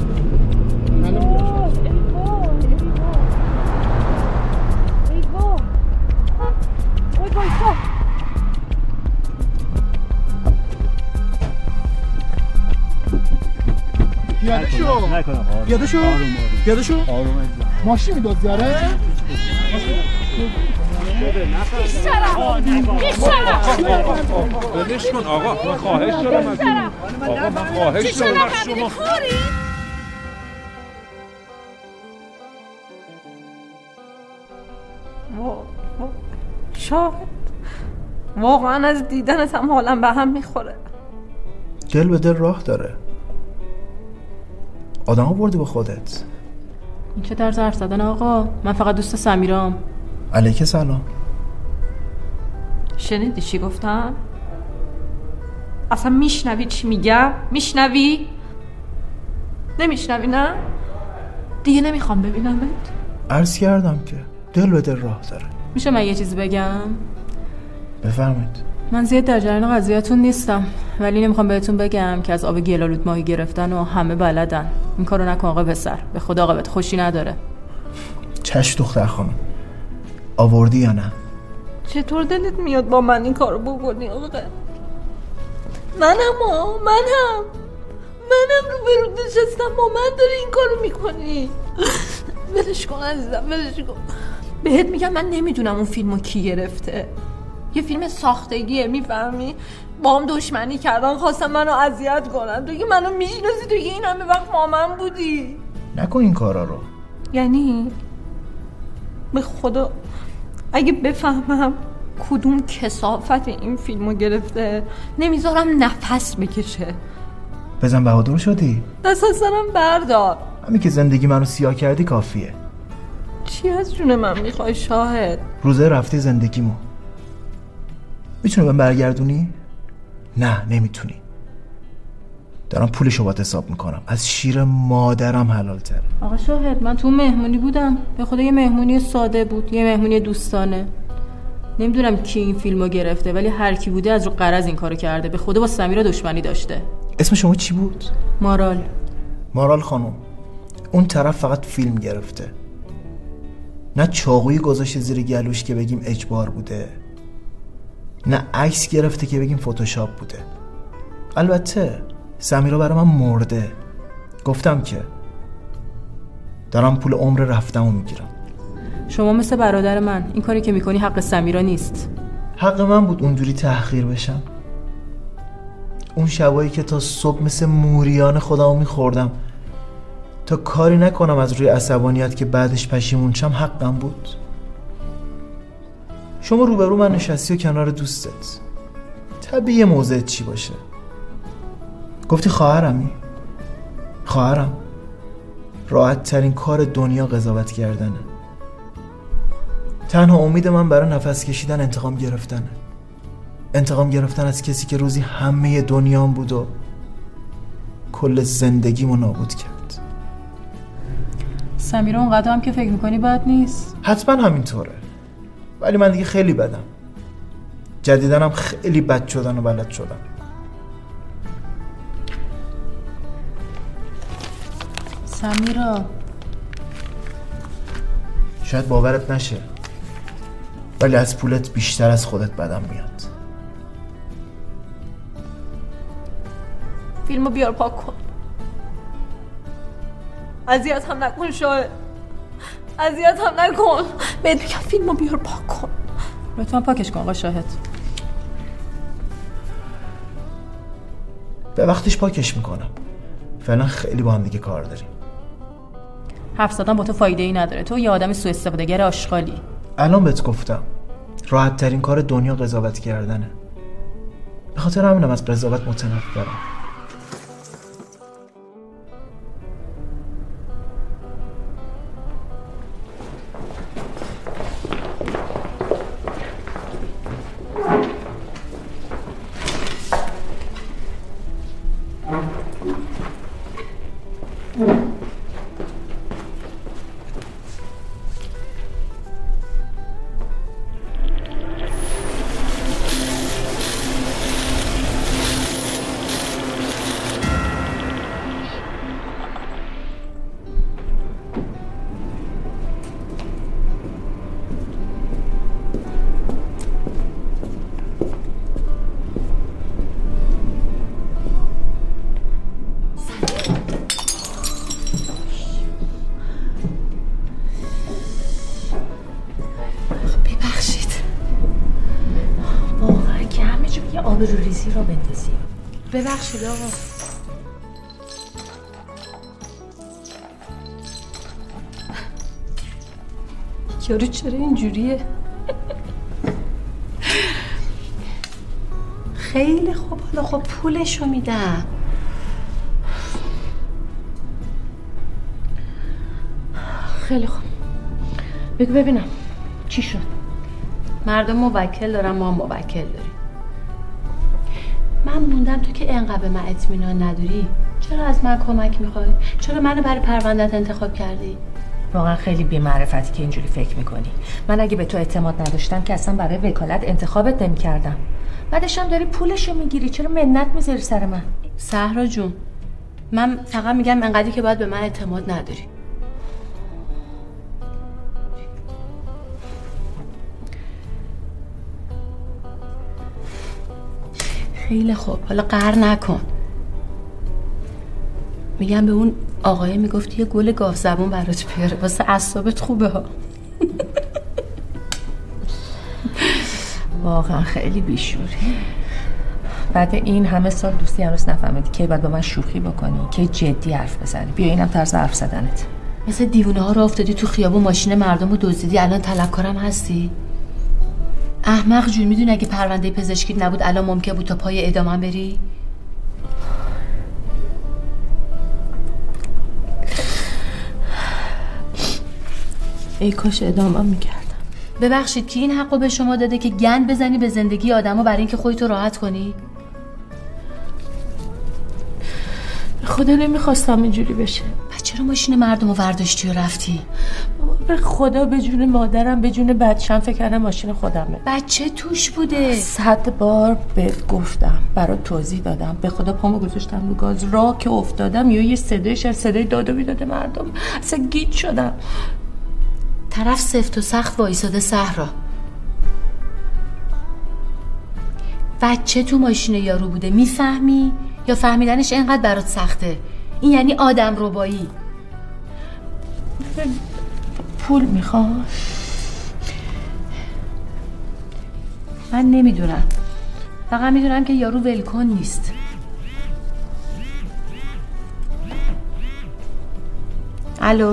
پیاده شو ماشین میدازی آره؟ بلش کن آقا من خواهش دارم از آقا من خواهش دارم از شما. شاهد واقعا از دیدنت هم حالم به هم میخوره. دل به دل راه داره. آدم ها بردی با خودت. این چه طرز حرف زدن آقا؟ من فقط دوست سمیرام. علیک سلام. شنیدی چی گفتم؟ اصلا میشنوی چی میگم؟ میشنوی؟ نمیشنوی نه؟ دیگه نمیخوام ببینمت. عرض کردم که دل به دل راه داره. میشه من یه چیزی بگم؟ بفرمایید. من زیاد در جریان قضیه‌تون نیستم ولی نمیخوام بهتون بگم که از آب گلالود ماهی گرفتن و همه بلدن. این کارو نکن آقا پسر. به خدا آقا بهت خوشی نداره. چشم دختر خانم. آوردی یا نه؟ چطور دلت میاد با من این کارو بکنی آقا؟ منم رو برود نشستم با من داری این کارو میکنی. ولش کن عزیزم ولش کن. بهت میگم من نمیدونم اون فیلمو کی گرفته. یه فیلم ساختگیه میفهمی؟ با هم دشمنی کردن خواستن منو اذیت کنن. تو که منو میشناسی تو که این همه وقت با من بودی. نکن این کارا رو. یعنی به خدا اگه بفهمم کدوم کثافت این فیلمو گرفته نمیذارم نفس بکشه. بزن بهادر شدی؟ دست از سرم بردار. همین که زندگی منو سیاه کردی کافیه. چی از جون من میخوای شاهد؟ روزه رفتی زندگیمو میتونی بهم برگردونی؟ نه نمیتونی. دارم پولشو باید حساب میکنم. از شیر مادرم حلال تره. آقا شاهد من تو مهمونی بودم. به خدا یه مهمونی ساده بود. یه مهمونی دوستانه. نمیدونم کی این فیلمو گرفته ولی هر کی بوده از رو غرض این کارو کرده. به خدا با سمیرا دشمنی داشته. اسم شما چی بود؟ مارال خانم. اون طرف فقط فیلم گرفته. نه چاقویی گذاشته زیر گلوش که بگیم اجبار بوده، نه عکس گرفته که بگیم فتوشاپ بوده. البته سمیرا برای من مرده. گفتم که دارم پول عمر رفتمو میگیرم. شما مثل برادر من این کاری که میکنی حق سمیرا نیست. حق من بود اونجوری تحقیر بشم. اون شبایی که تا صبح مثل موریان خودمو میخوردم تا کاری نکنم از روی عصبانیت که بعدش پشیمون شم حقم بود. شما روبرو من نشستی و کنار دوستت، طبیعی موضعت چی باشه؟ گفتی خواهرمی؟ خواهرم راحت ترین کار دنیا قضاوت کردنه. تنها امید من برای نفس کشیدن انتقام گرفتنه. انتقام گرفتن از کسی که روزی همه دنیام بود و کل زندگیمو نابود کرد. سمیرا اونقدر هم که فکر میکنی بد نیست. حتما همینطوره، ولی من دیگه خیلی بدم. جدیدنم خیلی بد شدن و بلد شدم. سمیرا شاید باورت نشه ولی از پولت بیشتر از خودت بدم میاد. فیلمو بیار پاک کن. اذیت هم نکن شاید. اذیت هم نکن. بهت میگم فیلمو بیار پاک کن. لطفا پاکش کن آقا شاهد. به وقتش پاکش میکنم. فعلا خیلی با هم دیگه کار داریم. حرف زدن با تو فایده ای نداره. تو یه آدم سوء استفاده‌گر آشغالی. الان بهت گفتم راحت ترین کار دنیا قضاوت کردنه. به خاطر همینم از قضاوت متنفرم. رو ریزی را بندازی. ببخشید آقا. یارو چرا اینجوریه؟ خیلی خوب، حالا خب پولشو میدم. خیلی خوب، بگو ببینم چی شد؟ مردم موکل دارن، ما موکل داریم. من موندم تو که انقدر به من اطمینان نداری. چرا از من کمک میخوای؟ چرا منو برای پرونده‌ات انتخاب کردی؟ واقعا خیلی بی‌معرفتی که اینجوری فکر میکنی. من اگه به تو اعتماد نداشتم که اصلا برای وکالت انتخابت نمی‌کردم. بعدش هم داری پولشو میگیری، چرا منت میذاری سر من؟ صحرا جون، من فقط میگم انقدری که باید به من اعتماد نداری. خیلی خوب، حالا قهر نکن. میگم به اون آقای میگفتی یه گل گاف زبون برات بیاره، واسه اعصابت خوبه ها. واقعا خیلی بیشوری. بعد این همه سال دوستی هنوز نفهمیدی که باید با من شوخی بکنی، که جدی حرف بزنی. بیا اینم طرز حرف زدنت. مثل دیوونه ها رو افتادی تو خیابون، ماشین مردم رو دزدیدی، الان طلبکارم هستی؟ احمق جون، میدونی اگه پرونده پزشکی نبود الان ممکن بود تا پای اعدام بری؟ ای کاش اعدامم میکردم. ببخشید کی این حقو به شما داده که گند بزنی به زندگی آدمو برای اینکه خودتو راحت کنی؟ خدا نمیخواستم اینجوری بشه. پس چرا ماشین مردمو ورداشتی و رفتی؟ به خدا به جون مادرم، به جون بچه‌م فکر کردم ماشین خودمه. بچه توش بوده. 100 بار بهت گفتم، برات توضیح دادم. به خدا پامو گذاشتم رو گاز، راه که افتادم یه صدای داد و بیداد مردم، اصلا گیج شدم. طرف سفت و سخت وایساده صحرا. بچه تو ماشین یارو بوده، میفهمی؟ یا فهمیدنش اینقدر برات سخته؟ این یعنی آدم ربایی. پول میخواد؟ من نمیدونم، فقط میدونم که یارو ولکن نیست. الو.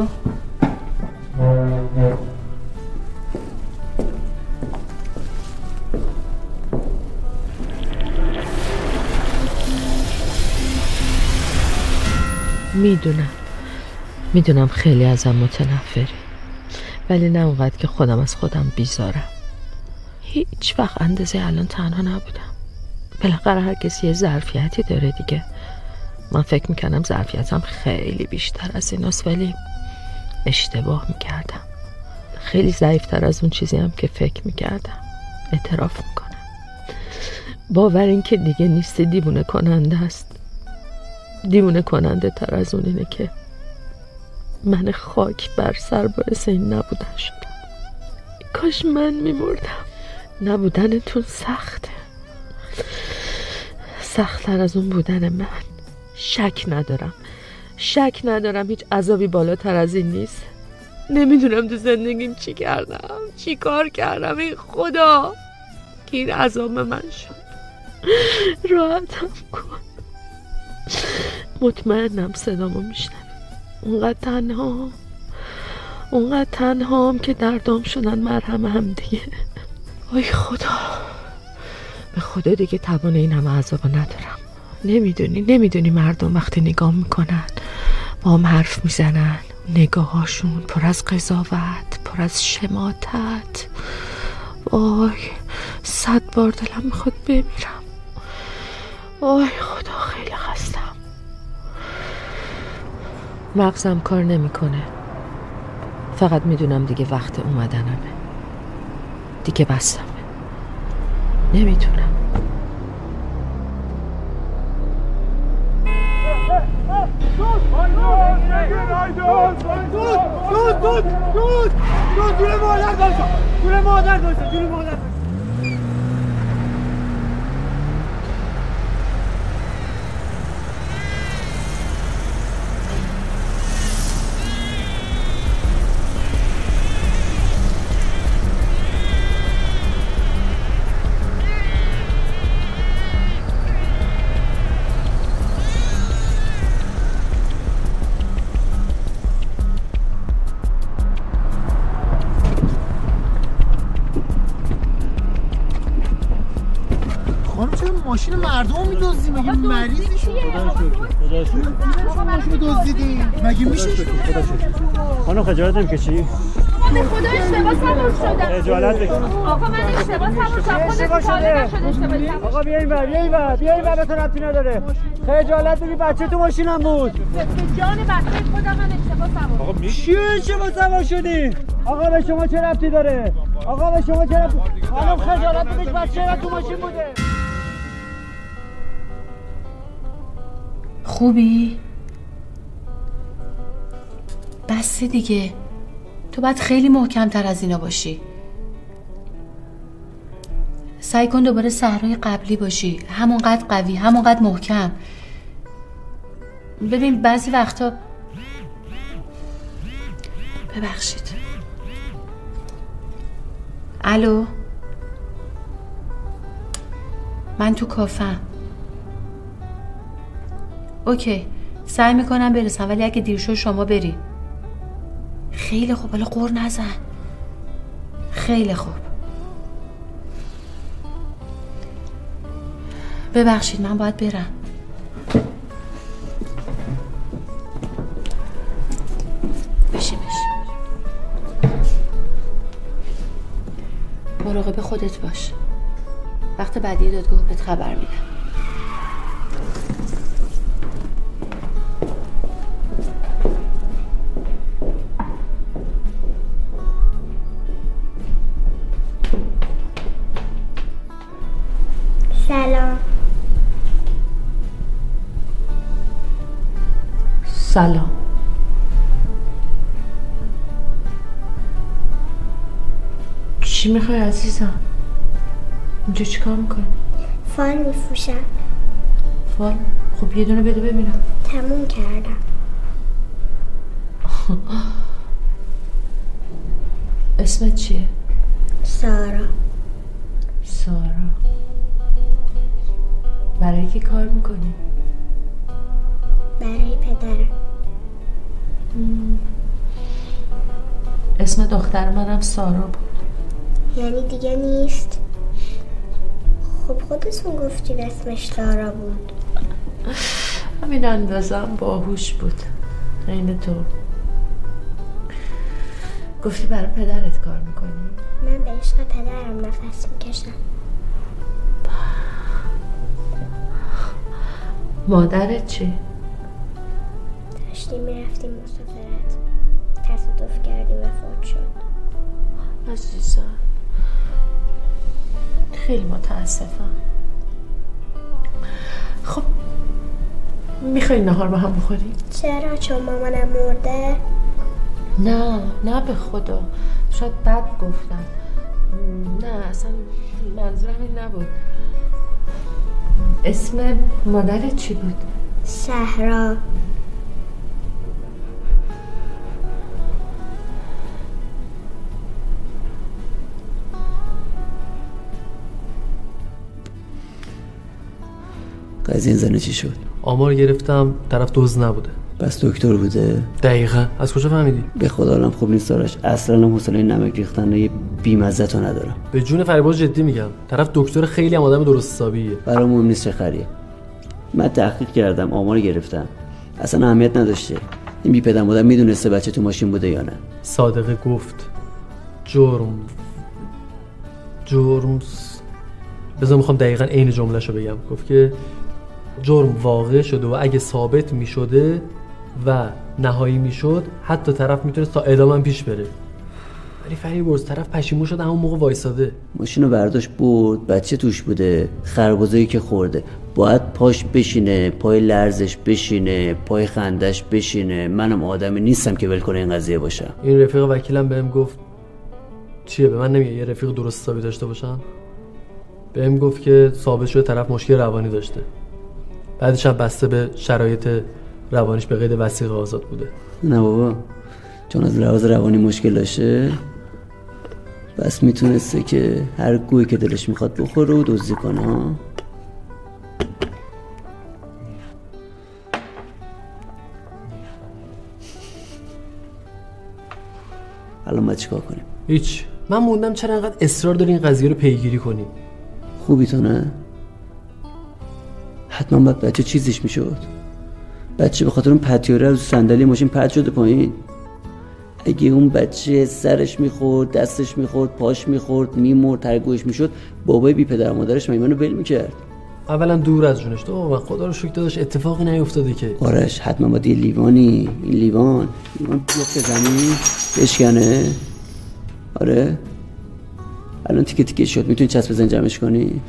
میدونم خیلی ازم متنفری، ولی نه اونقدر که خودم از خودم بیزارم. هیچ وقت اندازه الان تنها نبودم. بالاخره هر کسی یه ظرفیتی داره دیگه. من فکر میکنم ظرفیتم خیلی بیشتر از ایناست، ولی اشتباه میکردم. خیلی ضعیفتر از اون چیزی هم که فکر میکردم. اعتراف میکنم. باور این که دیگه نیستی دیوونه کننده است. دیوونه کننده تر از اون اینه که من خاک بر سر باعث این نبودن شدم. کاش من میمردم. نبودنتون سخته، سخت‌تر از اون بودن من. شک ندارم هیچ عذابی بالاتر از این نیست. نمیدونم تو زندگیم چی کردم، چی کار کردم ای خدا که این عذاب من شد. راحتم کن. مطمئنم صدامو میشنوی. اونقدر تنهام که دردام شدن مرهم هم دیگه. آی خدا، به خدا دیگه توان این همه عذابو ندارم. نمیدونی مردم وقتی نگاه میکنن با هم حرف میزنن، نگاهاشون پر از قضاوت، پر از شماتت. وای 100 بار دلم میخواد بمیرم. وای خدا خیلی خستم. مغزم کار نمیکنه. فقط میدونم دیگه وقت اومدنمه. دیگه بستمه. نمیتونم. جون مادر گذاشت. ماشین مردم میدزدی؟ مگه مریضی شد؟ خدا شکر ماشین دزدیدی؟ مگه میشه؟ خانم خجالت نمیکشی؟ به خدا اشتباه سوار شدم. خجالت بکش. آقا من اشتباه سوار شدم. خودت کاره نشد اشتباه. آقا بیاین بر به تو ربطی نداره. خجالت بگی بچه تو ماشینم بود. به جان بچه خودم من اشتباه سوار. آقا میشه اشتباه سوار شدی؟ آقا به شما چه ربطی داره؟ خانم خجالت بکش بچه تو ماشین بوده. خوبی؟ بس دیگه، تو باید خیلی محکم‌تر از اینا باشی. سعی کن دوباره صحرای قبلی باشی، همونقدر قوی، همونقدر محکم. ببین بعضی وقتا ببخشید. الو، من تو کافم. اوکی، سعی میکنم برسم، ولی اگه دیر شد شما بری. خیلی خوب، حالا غر نزن. خیلی خوب. ببخشید من باید برم. بشین. مراقب خودت باش. وقت بعدی دادگاه بهت خبر میدم. سلام. چی میخوای عزیزم؟ اینجا چیکار میکنی؟ فال میفروشم. فال؟ خب یه دونه بده ببینم. تموم کردم. اسمت چیه؟ سارا. سارا. برای کی کار میکنی؟ برای پدرم. اسم دختر منم سارا بود. یعنی دیگه نیست؟ خب خودتون گفتین اسمش سارا بود. همین اندازم باهوش بود. عین تو. گفتی برای پدرت کار میکنی؟ من به عشق پدرم نفس میکشم. مادرت چی؟ داشتیم میرفتیم مسافرت، تصادف کردیم و فوت شد. عزیزم خیلی متاسفم. خب میخوایی نهار با هم بخوریم؟ چرا؟ چون مامانم مرده؟ نه به خدا، شاید بد گفتم. نه اصلا منظورم این نبود. اسم مادرت چی بود؟ صحرا. قضیه این زنه چی شد؟ آمار گرفتم، طرف دزد نبوده. بس دکتر بوده؟ دقیقا. از کجا فهمیدی؟ به خدا حالم خوب نیست آرش، اصلا هم حوصله نمک ریختن یه بی‌مزه تو ندارم. به جون فریباز جدی میگم، طرف دکتر خیلی هم آدم درست حسابیه. برام مهم نیست چه خریه. من تحقیق کردم، آمار گرفتم، اصلا اهمیت نداشته. این بی پدر مادر میدونسته بچه تو ماشین بوده یا نه. صادقه گفت جرم بذار میخوام دقیقاً عین جمله‌شو بگم. گفت که جرم واقع شده و اگه ثابت میشده و نهایی میشد حتی طرف میتونه تا اعدام پیش بره. ولی فریبرز طرف پشیمون شده همون موقع وایساده. ماشینو برداشت برد، بچه توش بوده، خربزایی که خورده، باید پاش بشینه، پای لرزش بشینه، پای خندش بشینه. منم آدمی نیستم که ول کنه این قضیه باشم. این رفیق وکیلم بهم گفت چیه، به من نمیگه یه رفیق درست حسابی داشته باشم؟ بهم گفت که ثابت شده طرف مشکل روانی داشته، بعدش هم بسته به شرایط روانیش به قید وثیقه آزاد بوده. نه بابا، چون از لحاظ روانی مشکل داشته بس میتونسته که هر گویی که دلش میخواد بخوره و دزدی کنه ها. الان ما چیکار کنیم؟ هیچ. من موندم چرا انقدر اصرار داری این قضیه رو پیگیری کنی؟ خوبی تو نه؟ حتما باید بچه چیزش میشد. بچه به خاطر اون پتیاره از صندلی ماشین پرت شده پایین. اگه اون بچه سرش میخورد، دستش میخورد، پاش میخورد، میمرد، ترگوش میشد، بابای بی پدر مادرش منو ول میکرد. اولا دور از جونش تو و خدا رو شکر داداش اتفاقی نیفتاده که. آرش حتما باید یه لیوان بیفته زمین بشکنه. آره الان تیکه تیکه شد، میتونی چسب بزنی جمعش کنی؟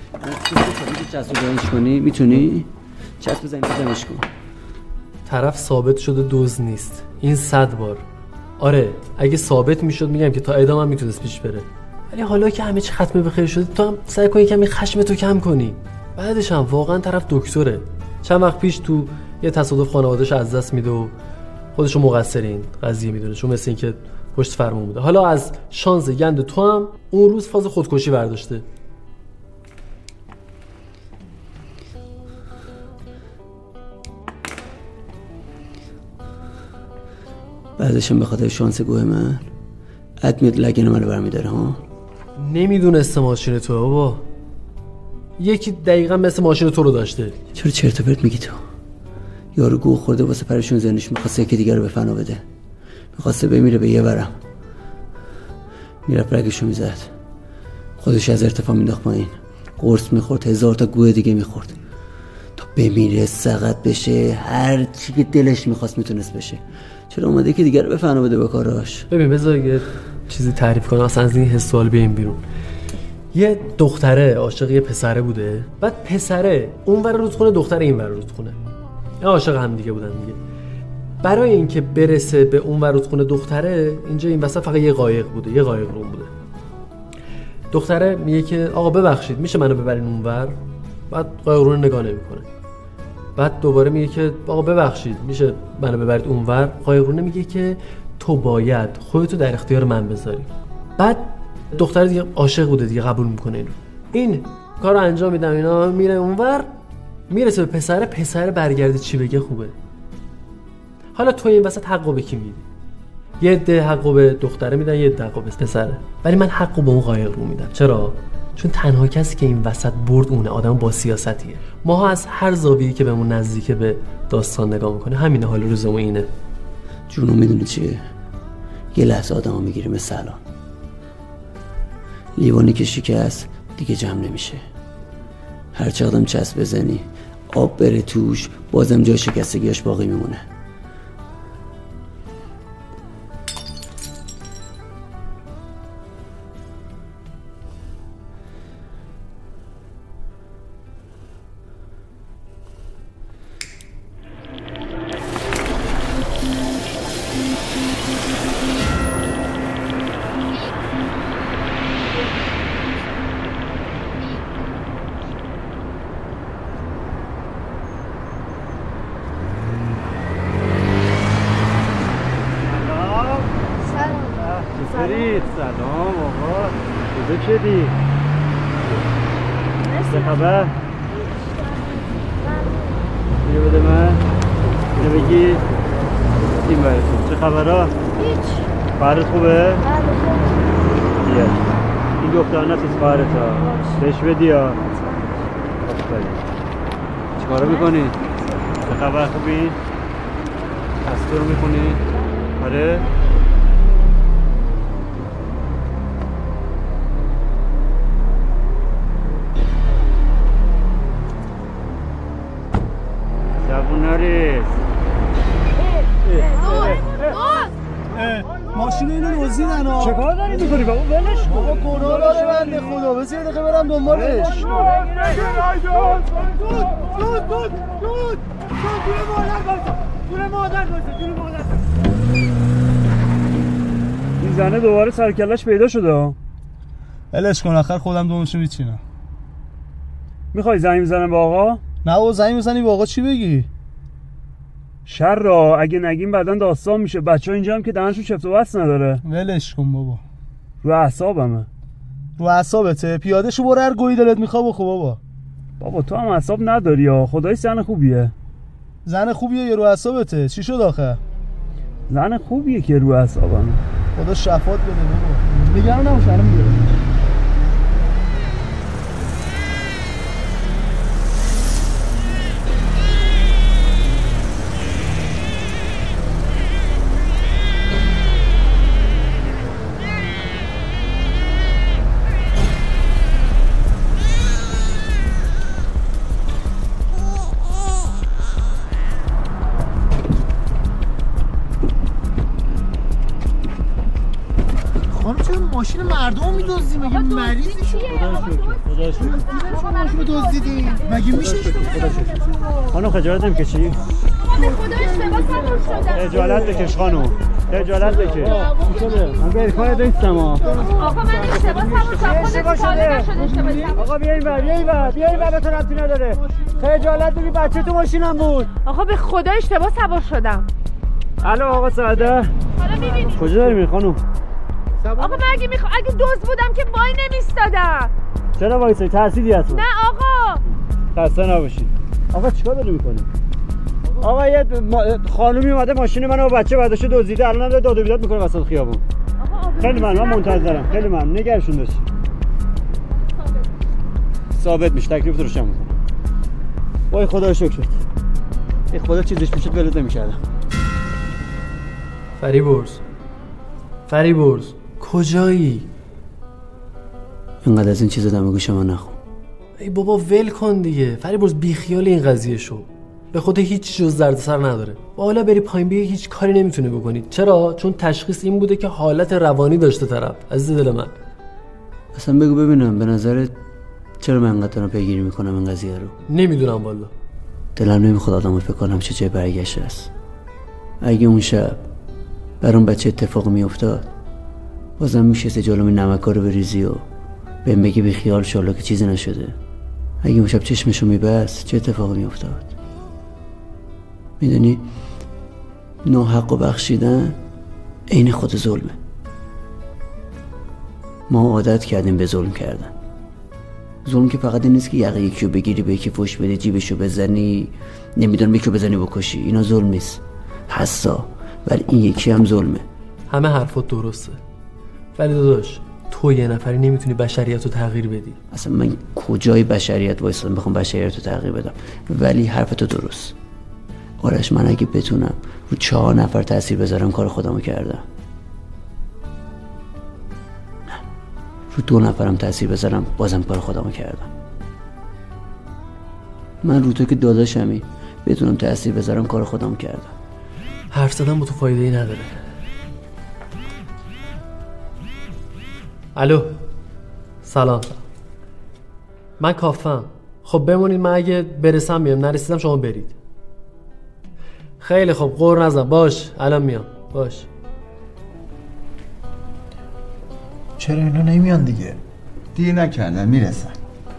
میتونی چسب بزنی جمعش کن. طرف ثابت شده دزد نیست، این 100 بار. آره اگه ثابت میشد میگم که تا اعدام هم میتونست پیش بره، ولی حالا که همه چی ختم به خیر شده تو هم سعی کن کمی خشمتو کم کنی. بعدش هم واقعا طرف دکتره، چند وقت پیش تو یه تصادف خانواده‌اش از دست میده و خودشو مقصر این قضیه میدونه، چون مثل این که پشت فرمون بوده. حالا از شانس گند تو هم اون روز فاز خودکشی برداشته. بعدشم به خاطر شانس گوه من ادمیت لگن منو برمیداره ها. نمیدونسته ماشین تو بابا، یکی دقیقا مثل ماشین تو رو داشته. چرا چرت و پرت میگی تو؟ یارو گوه خورده واسه پرشون زنش میخواسته یکی دیگر رو به فنا بده، میخواسته بمیره به یه ورم. میرفت رگشو میزد، خودش از ارتفاع مینداخت پایین، قرص میخورد، 1000 تا گوه دیگه میخورد تا بمیره، سقط بشه، هر چی که دلش میخواست میتونست بشه. چرا اومده که دیگر رو به فنا بده با کاراش؟ ببین بذار یه چیزی تعریف کنم اصلا از این حس سوال بیایم بیرون. یه دختره عاشق یه پسره بوده، بعد پسره اون ور رودخونه، دختره این ور رودخونه، عاشق هم دیگه بودن دیگه. برای اینکه برسه به اون ور رودخونه دختره، اینجا این وسط فقط یه قایق بوده، یه قایق روم بوده. دختره میگه که آقا ببخشید میشه منو ببرین اون ور؟ بعد قایق رو نگاه نمیکنه. بعد دوباره میگه که آقا ببخشید میشه منو ببرید اونور. قایقرونه میگه که تو باید خودتو در اختیار من بذاری. بعد دختر دیگه عاشق بوده دیگه، قبول میکنه اینو. این کارو انجام میدم، اینا میره اونور، میرسه به پسر برگرده چی بگه خوبه. حالا تو این وسط حقو به کی میدی؟ یه عده حقو به دختره میدن، یه عده حقو به پسره، ولی من حقو به اون قایقرو میدم. چرا؟ چون تنها کسی که این وسط برد اونه، آدم با سیاستیه. ماها از هر زاویه‌ای که بهمون نزدیکه به داستان نگاه میکنه، همینه. حال روزمون اینه. جونو میدونی چیه؟ یه لحظه آدمو میگیریم به سلام. لیوانی که شکست دیگه جمع نمیشه. هر چقدرم چسب بزنی آب بره توش، بازم جای شکستگیاش باقی میمونه. سلام آقا، کجا شدی؟ چه خبر؟ اینو بده من، اینو بگی این براتون. چه خبرها؟ هیچ. خواهرت خوبه؟ بیا این دختر نفس خواهرت ها، بهش بدی ها. چه کارو میکنی؟ چه خبر خوبی؟ هسته رو میخونی؟ آره؟ نریز. ماشین اینو دزدیدن ها. چه کار داری میکنی بابا؟ ولش کن. بابا گناه داره بنده خدا. بذار دقیقه برم دنبالش. این زنه دوباره سرکلش پیدا شده. ولش کن، آخر خودم دومشو میچینم. میخوای زنگ بزنم به آقا؟ نه بابا زنگ بزنی به آقا چی بگی؟ شر را اگه نگیم بعداً داستان میشه. بچه‌ها اینجا هم که دهنشون چفت و بس نداره. ولش کن بابا. رو اعصابمه. رو اعصابته؟ پیاده شو برو هر گویی دلت میخواد بخو بابا. بابا تو هم اعصاب نداری ها. خدای زن خوبیه. زن خوبیه یا رو اعصابته؟ چی شد آخه؟ زن خوبیه که رو اعصابمه. خدا شفاعت بده بابا. نگران نباش الان میگیرم. ماشین مردم می‌دزدی مگه مریضی شو؟ خدا شکر. ماشین دزدیدی مگه میشه؟ خانم خجالت نمی‌کشی؟ به خدا اشتباه سوار شدم. خجالت بکش خانم. خجالت بکش. من به کار نیستم ها. آقا من اشتباه سوار شدم. خودت ساله نشد اشتباه سوار. آقا بیا اینور به تو ربطی نداره. خجالت بگی بچه تو ماشینم بود. آقا به خدا اشتباه سوار شدم. الو آقا سعده. حالا می‌بینی. کجا داری میری خانم؟ آقا من اگه دزد بودم که وای نمیستادم. چرا وایسی؟ ترسیدی حتما. نه آقا. خسته نباشید. آقا چیکار داری میکنی؟ آقا یه خانومی اومده ماشین منو با بچه برداشته دزدیده، الان داره داد و بیداد میکنه وسط خیابون. خیلی من منتظرم. خیلی من نگرشون داشت. ثابت میشه، تکلیف روشن میکنه. وای خدا شکرت. ای خدا چیزش میشد ولت نمیکردم. فریبرز کجایی؟ اینقدر از این چیزا دم گوش من نخون. ای بابا ول کن دیگه. فریبرز بی خیال این قضیه شو. به خود هیچ جز دردسر نداره. و حالا بری پایین بگی هیچ کاری نمیتونه بکنی. چرا؟ چون تشخیص این بوده که حالت روانی داشته طرف. عزیز دل من. اصلا بگو ببینم به نظرت چرا من انقدر دارم پیگیری میکنم این قضیه رو؟ نمیدونم والا. دلم نمیخواد آدمو فکر کنم چه جای برگشت است. اگه اون شب برام بچه اتفاق میافتاد بازم میشه جلوم نمکا رو بریزی و بهم بگی بی خیال شالله که چیزی نشده. اگه اون شب چشمشو میبست چه اتفاقی میافتاد؟ میدونی ناحق و بخشیدن عین خود ظلمه. ما عادت کردیم به ظلم کردن. ظلم که فقط این نیست که یقه یکی رو بگیری به یکی فوش بدی، جیبشو بزنی، نمیدونم یکی رو بزنی بکشی. اینا ظلم نیست، حسا، ولی این یکی هم ظلمه. همه حرفات درسته، ولی داداش تو یه نفری نمیتونی بشریت رو تغییر بدی. اصلا من کجای بشریت وایسادم بخوام بشریت رو تغییر بدم؟ ولی حرفتو درست. آرش، من اگه بتونم رو 4 نفر تاثیر بذارم کار خودمو کردم. نه، رو 2 نفرم تاثیر بذارم بازم کار خودمو کردم. من رو تو که داداشمی بتونم تاثیر بذارم کار خودمو کردم. حرف زدن با تو فایده ای نداره. الو، سلام. من کافم. خب بمونید، من اگه برسم میام، نرسیدم شما برید. خیلی خب، قور نزن. باش، الان میام. باش. چرا اینا نمیان دیگه؟ دیر نکردن، میرسن.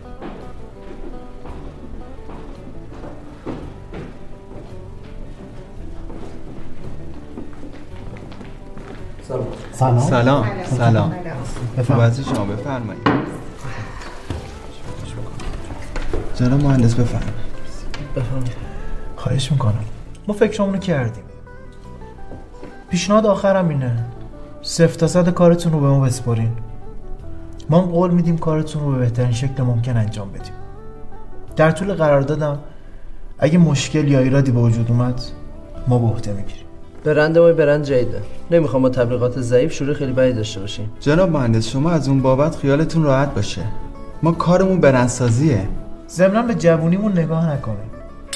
سلام. بفرمایید شما، بفرمایید. جناب مهندس بفرمایید. خواهش میکنم. ما فکرمونو کردیم. پیشنهاد آخرم اینه 0 تا 100 کارتون رو به ما بسپارین. ما قول میدیم کارتون رو به بهترین شکل ممکن انجام بدیم. در طول قراردادم اگه مشکل یا ایرادی به وجود اومد ما به عهده میگیریم. برند ما برند جدیده، نمیخوام با تبلیغات ضعیف شروع خیلی بدی داشته باشیم. جناب مهندس شما از اون بابت خیالتون راحت باشه. ما کارمون برندسازیه. ضمناً به جوونیمون نگاه نکنیم.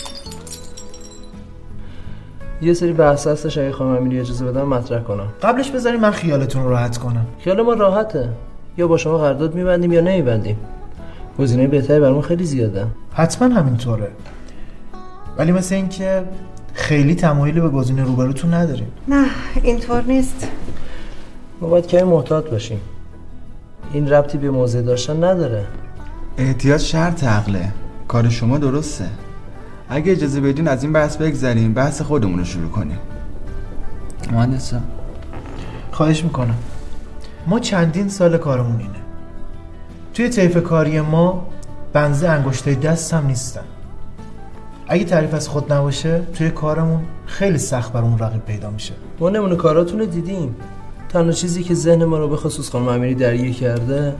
یه سری بحث هستش، اگه خانم امیری اجازه بدم مطرح کنم. قبلش بذاریم من خیالتون رو راحت کنم. خیال ما راحته، یا با شما قرارداد میبندیم یا نمیبندیم. گزینه بهتری برامون خیلی زیاده. حتما همینطوره، ولی مثل این که خیلی تمایلی به گزینه روبروتون نداریم. نه اینطور نیست. ما باید کمی محتاط باشیم. این ربطی به موضع داشتن نداره. احتیاط شرط عقله. کار شما درسته. اگه اجازه بدین از این بحث بگذریم، بحث خودمون رو شروع کنیم. مهندس خواهش میکنم. ما چندین سال کارمون اینه. توی طیف کاری ما بنز انگشته دست هم نیستن. اگه تعریف از خود نباشه توی کارمون خیلی سخت برامون رقیب پیدا میشه. ما نمونه کاراتون رو دیدیم. تنها چیزی که ذهن ما رو به خصوص خانم امیری درگیر کرده،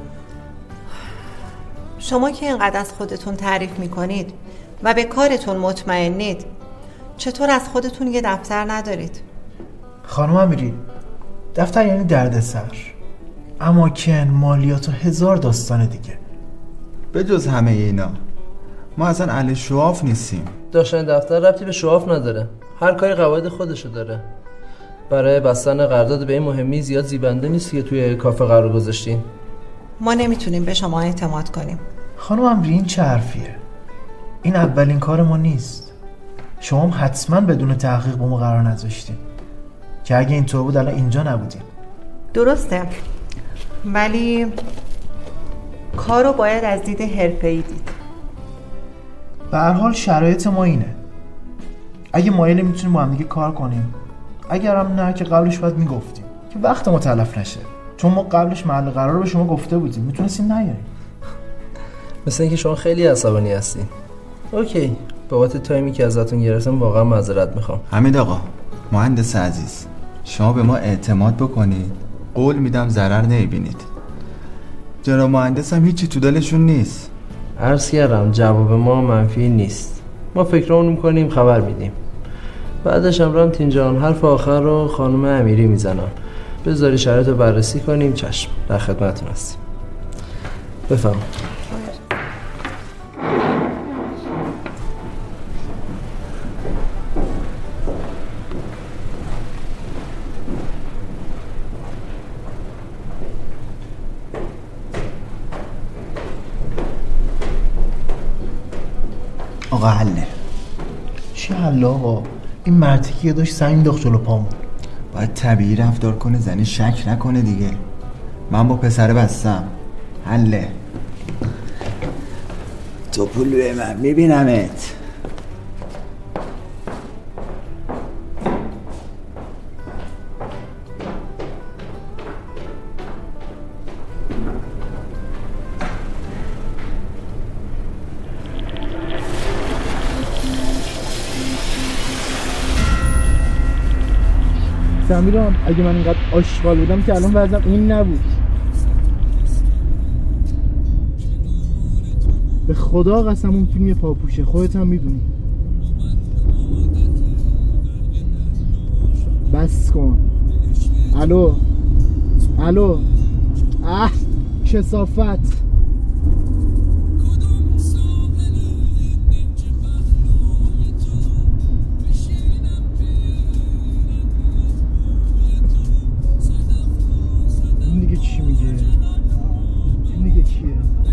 شما که اینقدر از خودتون تعریف میکنید و به کارتون مطمئنید، چطور از خودتون یه دفتر ندارید؟ خانم امیری، دفتر یعنی دردسر، اماکن، مالیات و 1000 داستان دیگه. به جز همه اینا ما اصلا اهل شواف نیستیم. داشتن دفتر ربطی به شواف نداره. هر کاری قواعد خودشو داره. برای بستن قرارداد به این مهمی زیاد زیبنده نیست که توی کافه قرار گذاشتین. ما نمیتونیم به شما اعتماد کنیم. خانم امیری این چه حرفیه؟ این اولین کار ما نیست. شما هم حتما بدون تحقیق با ما قرار نذاشتین که اگه اینطور بود الان اینجا نبودیم. درسته، ولی کارو باید از دید حرفه‌ای دید. به هر حال شرایط ما اینه. اگه مایل میتونیم با هم دیگه کار کنیم، اگر هم نه که قبلش باید میگفتیم که وقت ما تلف نشه، چون ما قبلش محل قرار رو به شما گفته بودیم، میتونستیم نیاریم. مثل اینکه شما خیلی عصبانی هستین. اوکی، بابت تایمی که ازتون گرفتم واقعا معذرت میخوام. حمید آقا، مهندس عزیز، شما به ما اعتماد بکنید، قول میدم ضرر نمیبینید. جناب مهندس هم هیچی تو دلشون نیست. عرض کردم جواب ما منفی نیست. ما فکرمون میکنیم، خبر میدیم. بعدش هم تین جان حرف آخر رو خانم امیری میزنم. بذاری شرایط رو بررسی کنیم. چشم، در خدمتتون هستیم. بفرمایید. آقا حله. چی حله آقا؟ این مرتی که داشت سنگ داخت جلو پامون. باید طبیعی رفتار کنه، زنی شک نکنه دیگه. من با پسر بستم. حله. تو پلوی من میبینمت. سمیران اگه من اینقدر آشغال بودم که الان وضعم این نبود. به خدا قسم اون فیلم یه پاپوشه، خودت هم میدونی. بس کن. الو الو. کثافت. این دیگه چی میگه؟ این دیگه کیه؟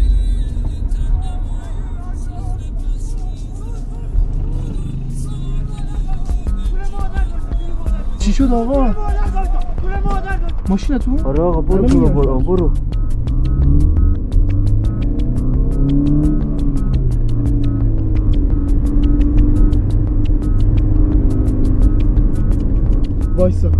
چی شد آقا؟ ماشینتون؟ آره آقا برو. وایساد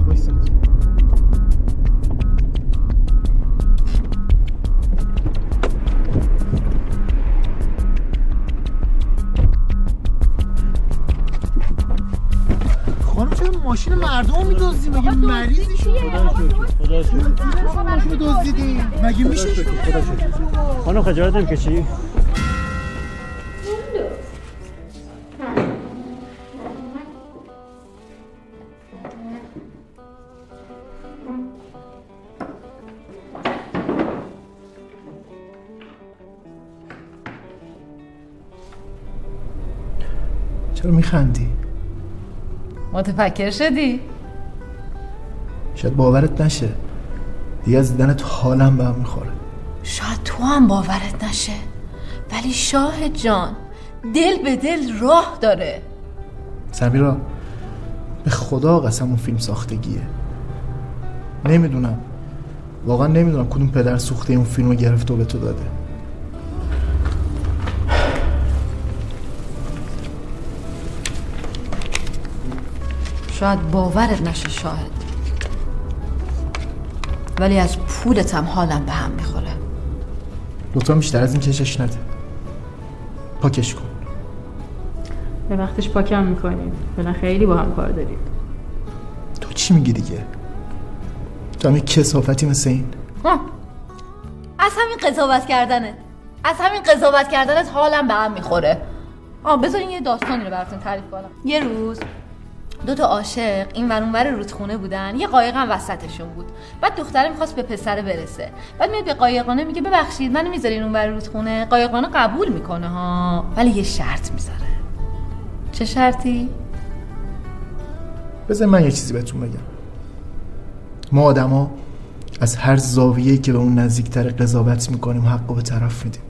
خانم چرا ماشین مردم میدزدی؟ مگه مریضی شد؟ خدا شکر ماشین دزدیدی مگه میشه؟ خانم خجالت نمیکشی؟ چرا میخندی؟ متفکر شدی؟ شاید باورت نشه دیگه از دیدنت حالم به هم میخوره. شاید تو هم باورت نشه ولی شاهد جان دل به دل راه داره. سمیرا به خدا قسم اون فیلم ساختگیه. نمیدونم واقعا نمیدونم کدوم پدر سوخته اون فیلمو گرفته و به تو داده. شاید باورت نشه شاهد ولی از پولت هم حالم به هم میخوره. لطفا بیشتر از این کشش نده. پاکش کن. به وقتش پاکم میکنیم. بنا خیلی با هم کار داریم. تو چی میگی دیگه؟ تو هم یک کثافتی مثل این. از همین قضاوت کردنت حالم به هم میخوره. بذارین یه داستانی رو براتون تعریف کنم. یه روز دو تا عاشق این ور اون ور رودخونه بودن، یه قایق هم وسطشون بود. بعد دختره میخواست به پسره برسه. بعد میاد به قایقرانه میگه ببخشید منو میذارین اون ور رودخونه؟ قایقرانه قبول میکنه ها، ولی یه شرط میذاره. چه شرطی؟ بذار من یه چیزی بهتون بگم. ما آدما از هر زاویه‌ای که به اون نزدیکتر قضاوت میکنیم حقو به طرف میدیم.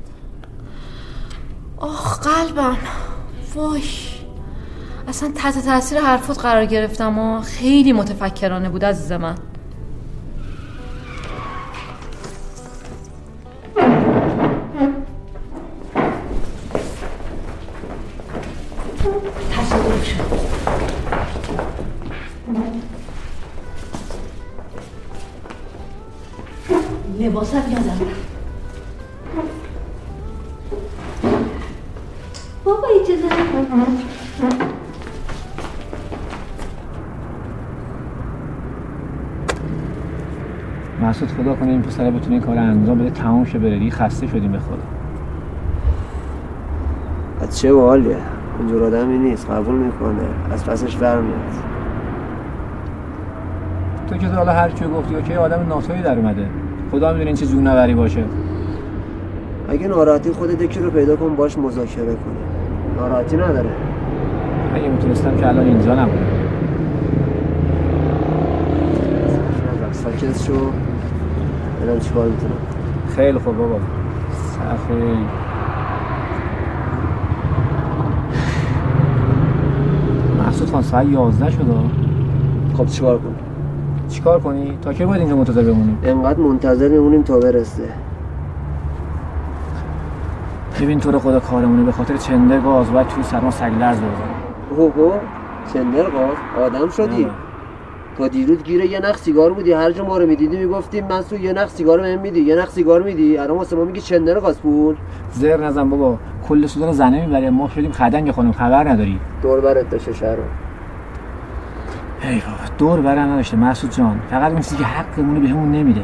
آخ قلبم وای، اصلا تحت تاثیر حرفات قرار گرفتم و خیلی متفکرانه بود عزیز من. تصادف شد. لباسم یادم بابا اجازه مسعود خدا کنه این پسره بتونه این کار انجام بده تمام شه بره دیگه. خسته شدیم به خدا. بچه باحالیه، اونجور آدمی نیست، قبول میکنه، از پسش برمیاد. تو که حالا هر چی گفتی که آدم ناتویی در اومده، خدا میدونه این چه جونوری باشه. اگه ناراحتی خودت یکی رو پیدا کن باش مذاکره کنی، ناراحتی نداره. اگه میتونستم که الان اینجا نبودم. ساکت شو ببینم چیکار میتونم. خیلی خوب بابا. صفحه محسود خان ساعت 11 شده. خب چیکار کنی؟ چیکار کنی؟ تا کی باید اینجا منتظر بمونیم؟ انقدر منتظر میمونیم تا برسه. ببین تو رو خدا کارمونه به خاطر چندر گاز باید توی سرما سگلرز بزنیم. اوه چندر گاز؟ آدم شدی؟ تا دیروز گیره یه نخ سیگار بودی، هر جا ما رو میدیدی میگفتیم مسعود یه نخ سیگار بهم میدی، یه نخ سیگار میدی، الان واسه ما میگی چندر گاز پول. زر نزن بابا، کل سوزن زنه میبری، ما شدیم خدنگ خانم خبر نداری. دور برت داشه شهرام. ای بابا دور برم نداشته مسعود جان، فقط اون چیزی که حقمونه بهمون نمیده.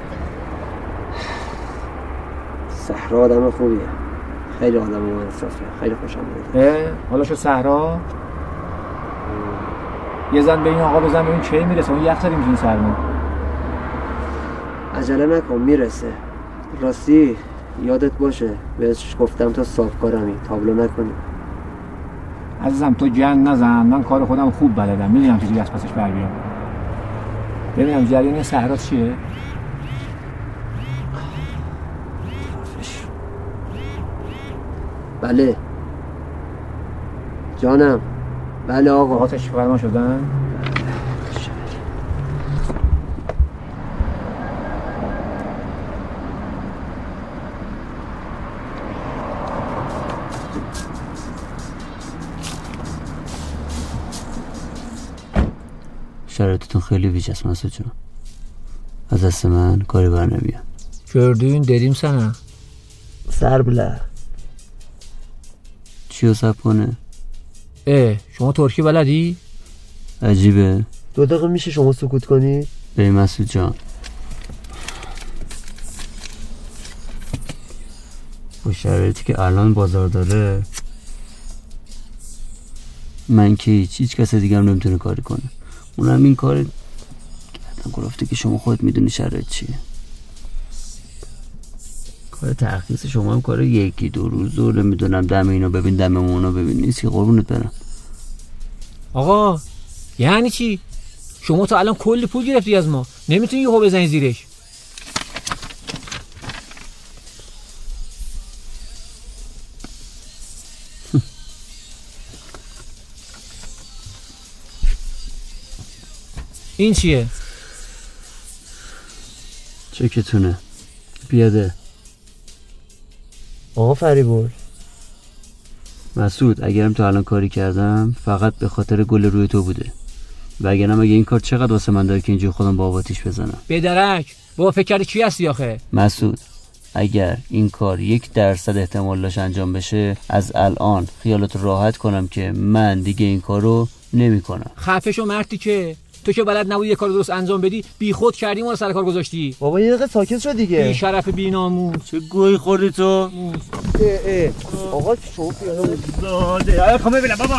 صحرا آدم خوبیه، خیلی آدم منصفه، خیلی خوشم میاد. حالا شو صحرا یه زن به این آقا بزن ببین کی میرسه، اون یخ زدیم تو این سرما. عجله نکن میرسه. راستی یادت باشه بهش گفتم تا صافکارمی، تابلو نکنی. عزیزم تو گند نزن، من کار خودم خوب بلدم، میدونم چجوری از پسش بر بیام. ببینم جریان صحرا چیه؟ بله جانم. بله آقا تشریف فرما شدن. شرایطتون خیلی ویژه‌ست مسعود جون. از دست من کاری بر نمیاد. Gördüğün dedim sana. سربله چیو سب کنه؟ شما ترکی بلدی؟ عجیبه. 2 دقیقه میشه شما سکوت کنید؟ به مسعود جان با شرایطی که الان بازار داره من که هیچ کس دیگه هم نمیتونه کاری کنه. اونم این کار کردن گرفته که شما خودت میدونی شرایط چیه. کار ترخیص شما هم کار 1-2 روز و نمیدونم دم اینو ببین دم اونو ببین نیست که قربونت برم. آقا یعنی چی؟ شما تا الان کلی پول گرفتی از ما، نمیتونی یهو بزنی زیرش. این چیه؟ چکتونه پیاده. آقا فریبرز مسعود اگرم تا الان کاری کردم فقط به خاطر گل روی تو بوده، وگرنه اگه این کار چقدر واسه من داره که اینجا خودم با آتیش بزنم. بدرک بابا فکر کردی کی هستی آخه؟ مسعود اگر این کار 1% احتمال داشت انجام بشه از الان خیالت راحت کنم که من دیگه این کارو نمی کنم. خفه شو مردی که تو که بلد نبودی یه کار درست انجام بدی، بی خود کردی ما رو سر کار گذاشتی. بابا یه دقیقه ساکت شو دیگه. بی شرف بی ناموس. چه گوی خوردی تو؟ آقا شما پیاده زاده. خب ببینم بابا.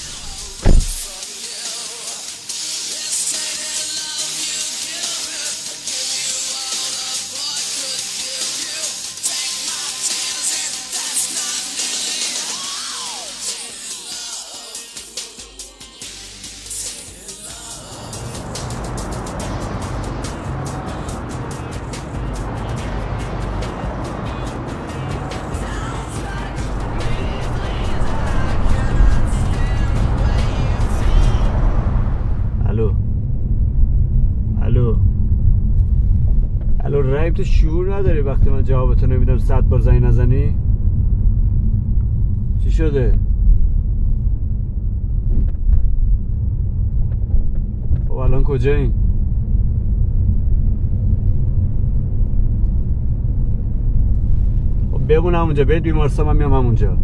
تو شعور نداری وقتی من جوابتو نمیدم 100 بار زنگ نزنی؟ چی شده؟ خب الان کجایین؟ خب بمون همونجا، برید بیمارستان، من میام همونجا.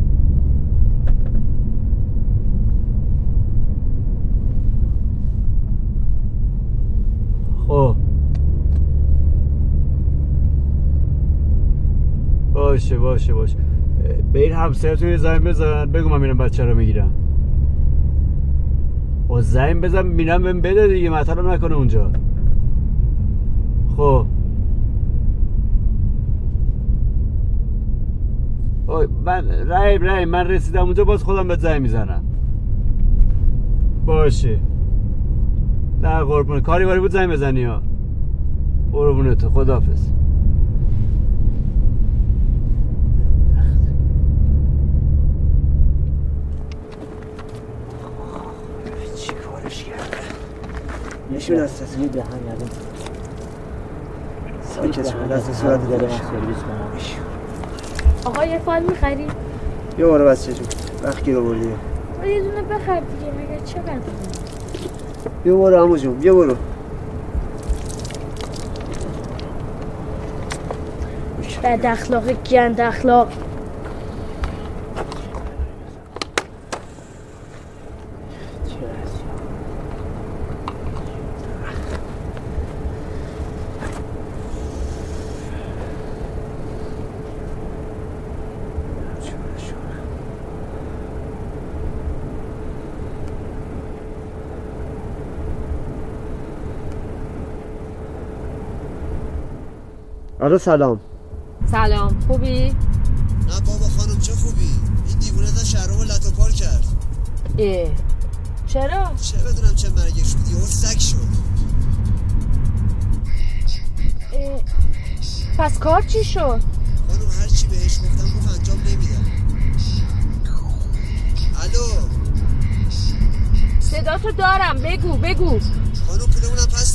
خب باشه به این همسایتون یه زنگ بزن بگو من میرم بچه رو میگیرم. و زنگ بزن میرم بهم بده دیگه، مطلب نکنه اونجا. خب من رحیم من رسیدم اونجا باز خودم بهت زنگ میزنم. باشه نه قربونه، کاری باری بود زنگ بزنی ها. قربونه تو، خداحافظ. نشون دستت می دهن یادم ساکت شما دست صورت داره آقا یه فال میخری؟ یه بارو بس چه جون وقتی رو بردی یه دونه بخر دیگه، مگه چه بد یه بارو عمو جون یه بارو. بد اخلاق گند اخلاق. الو سلام. سلام، خوبی؟ نه بابا خانم چه خوبی؟ این دیوونه تا شهرامو لتو پار کرد. چرا؟ چه بدونم چه مرگش بود، یهو سگ شد. پس کار چی شد؟ خانم هر چی بهش گفتم گفت انجام نمیدم. الو صدا تو دارم، بگو. خانم پولمونم پس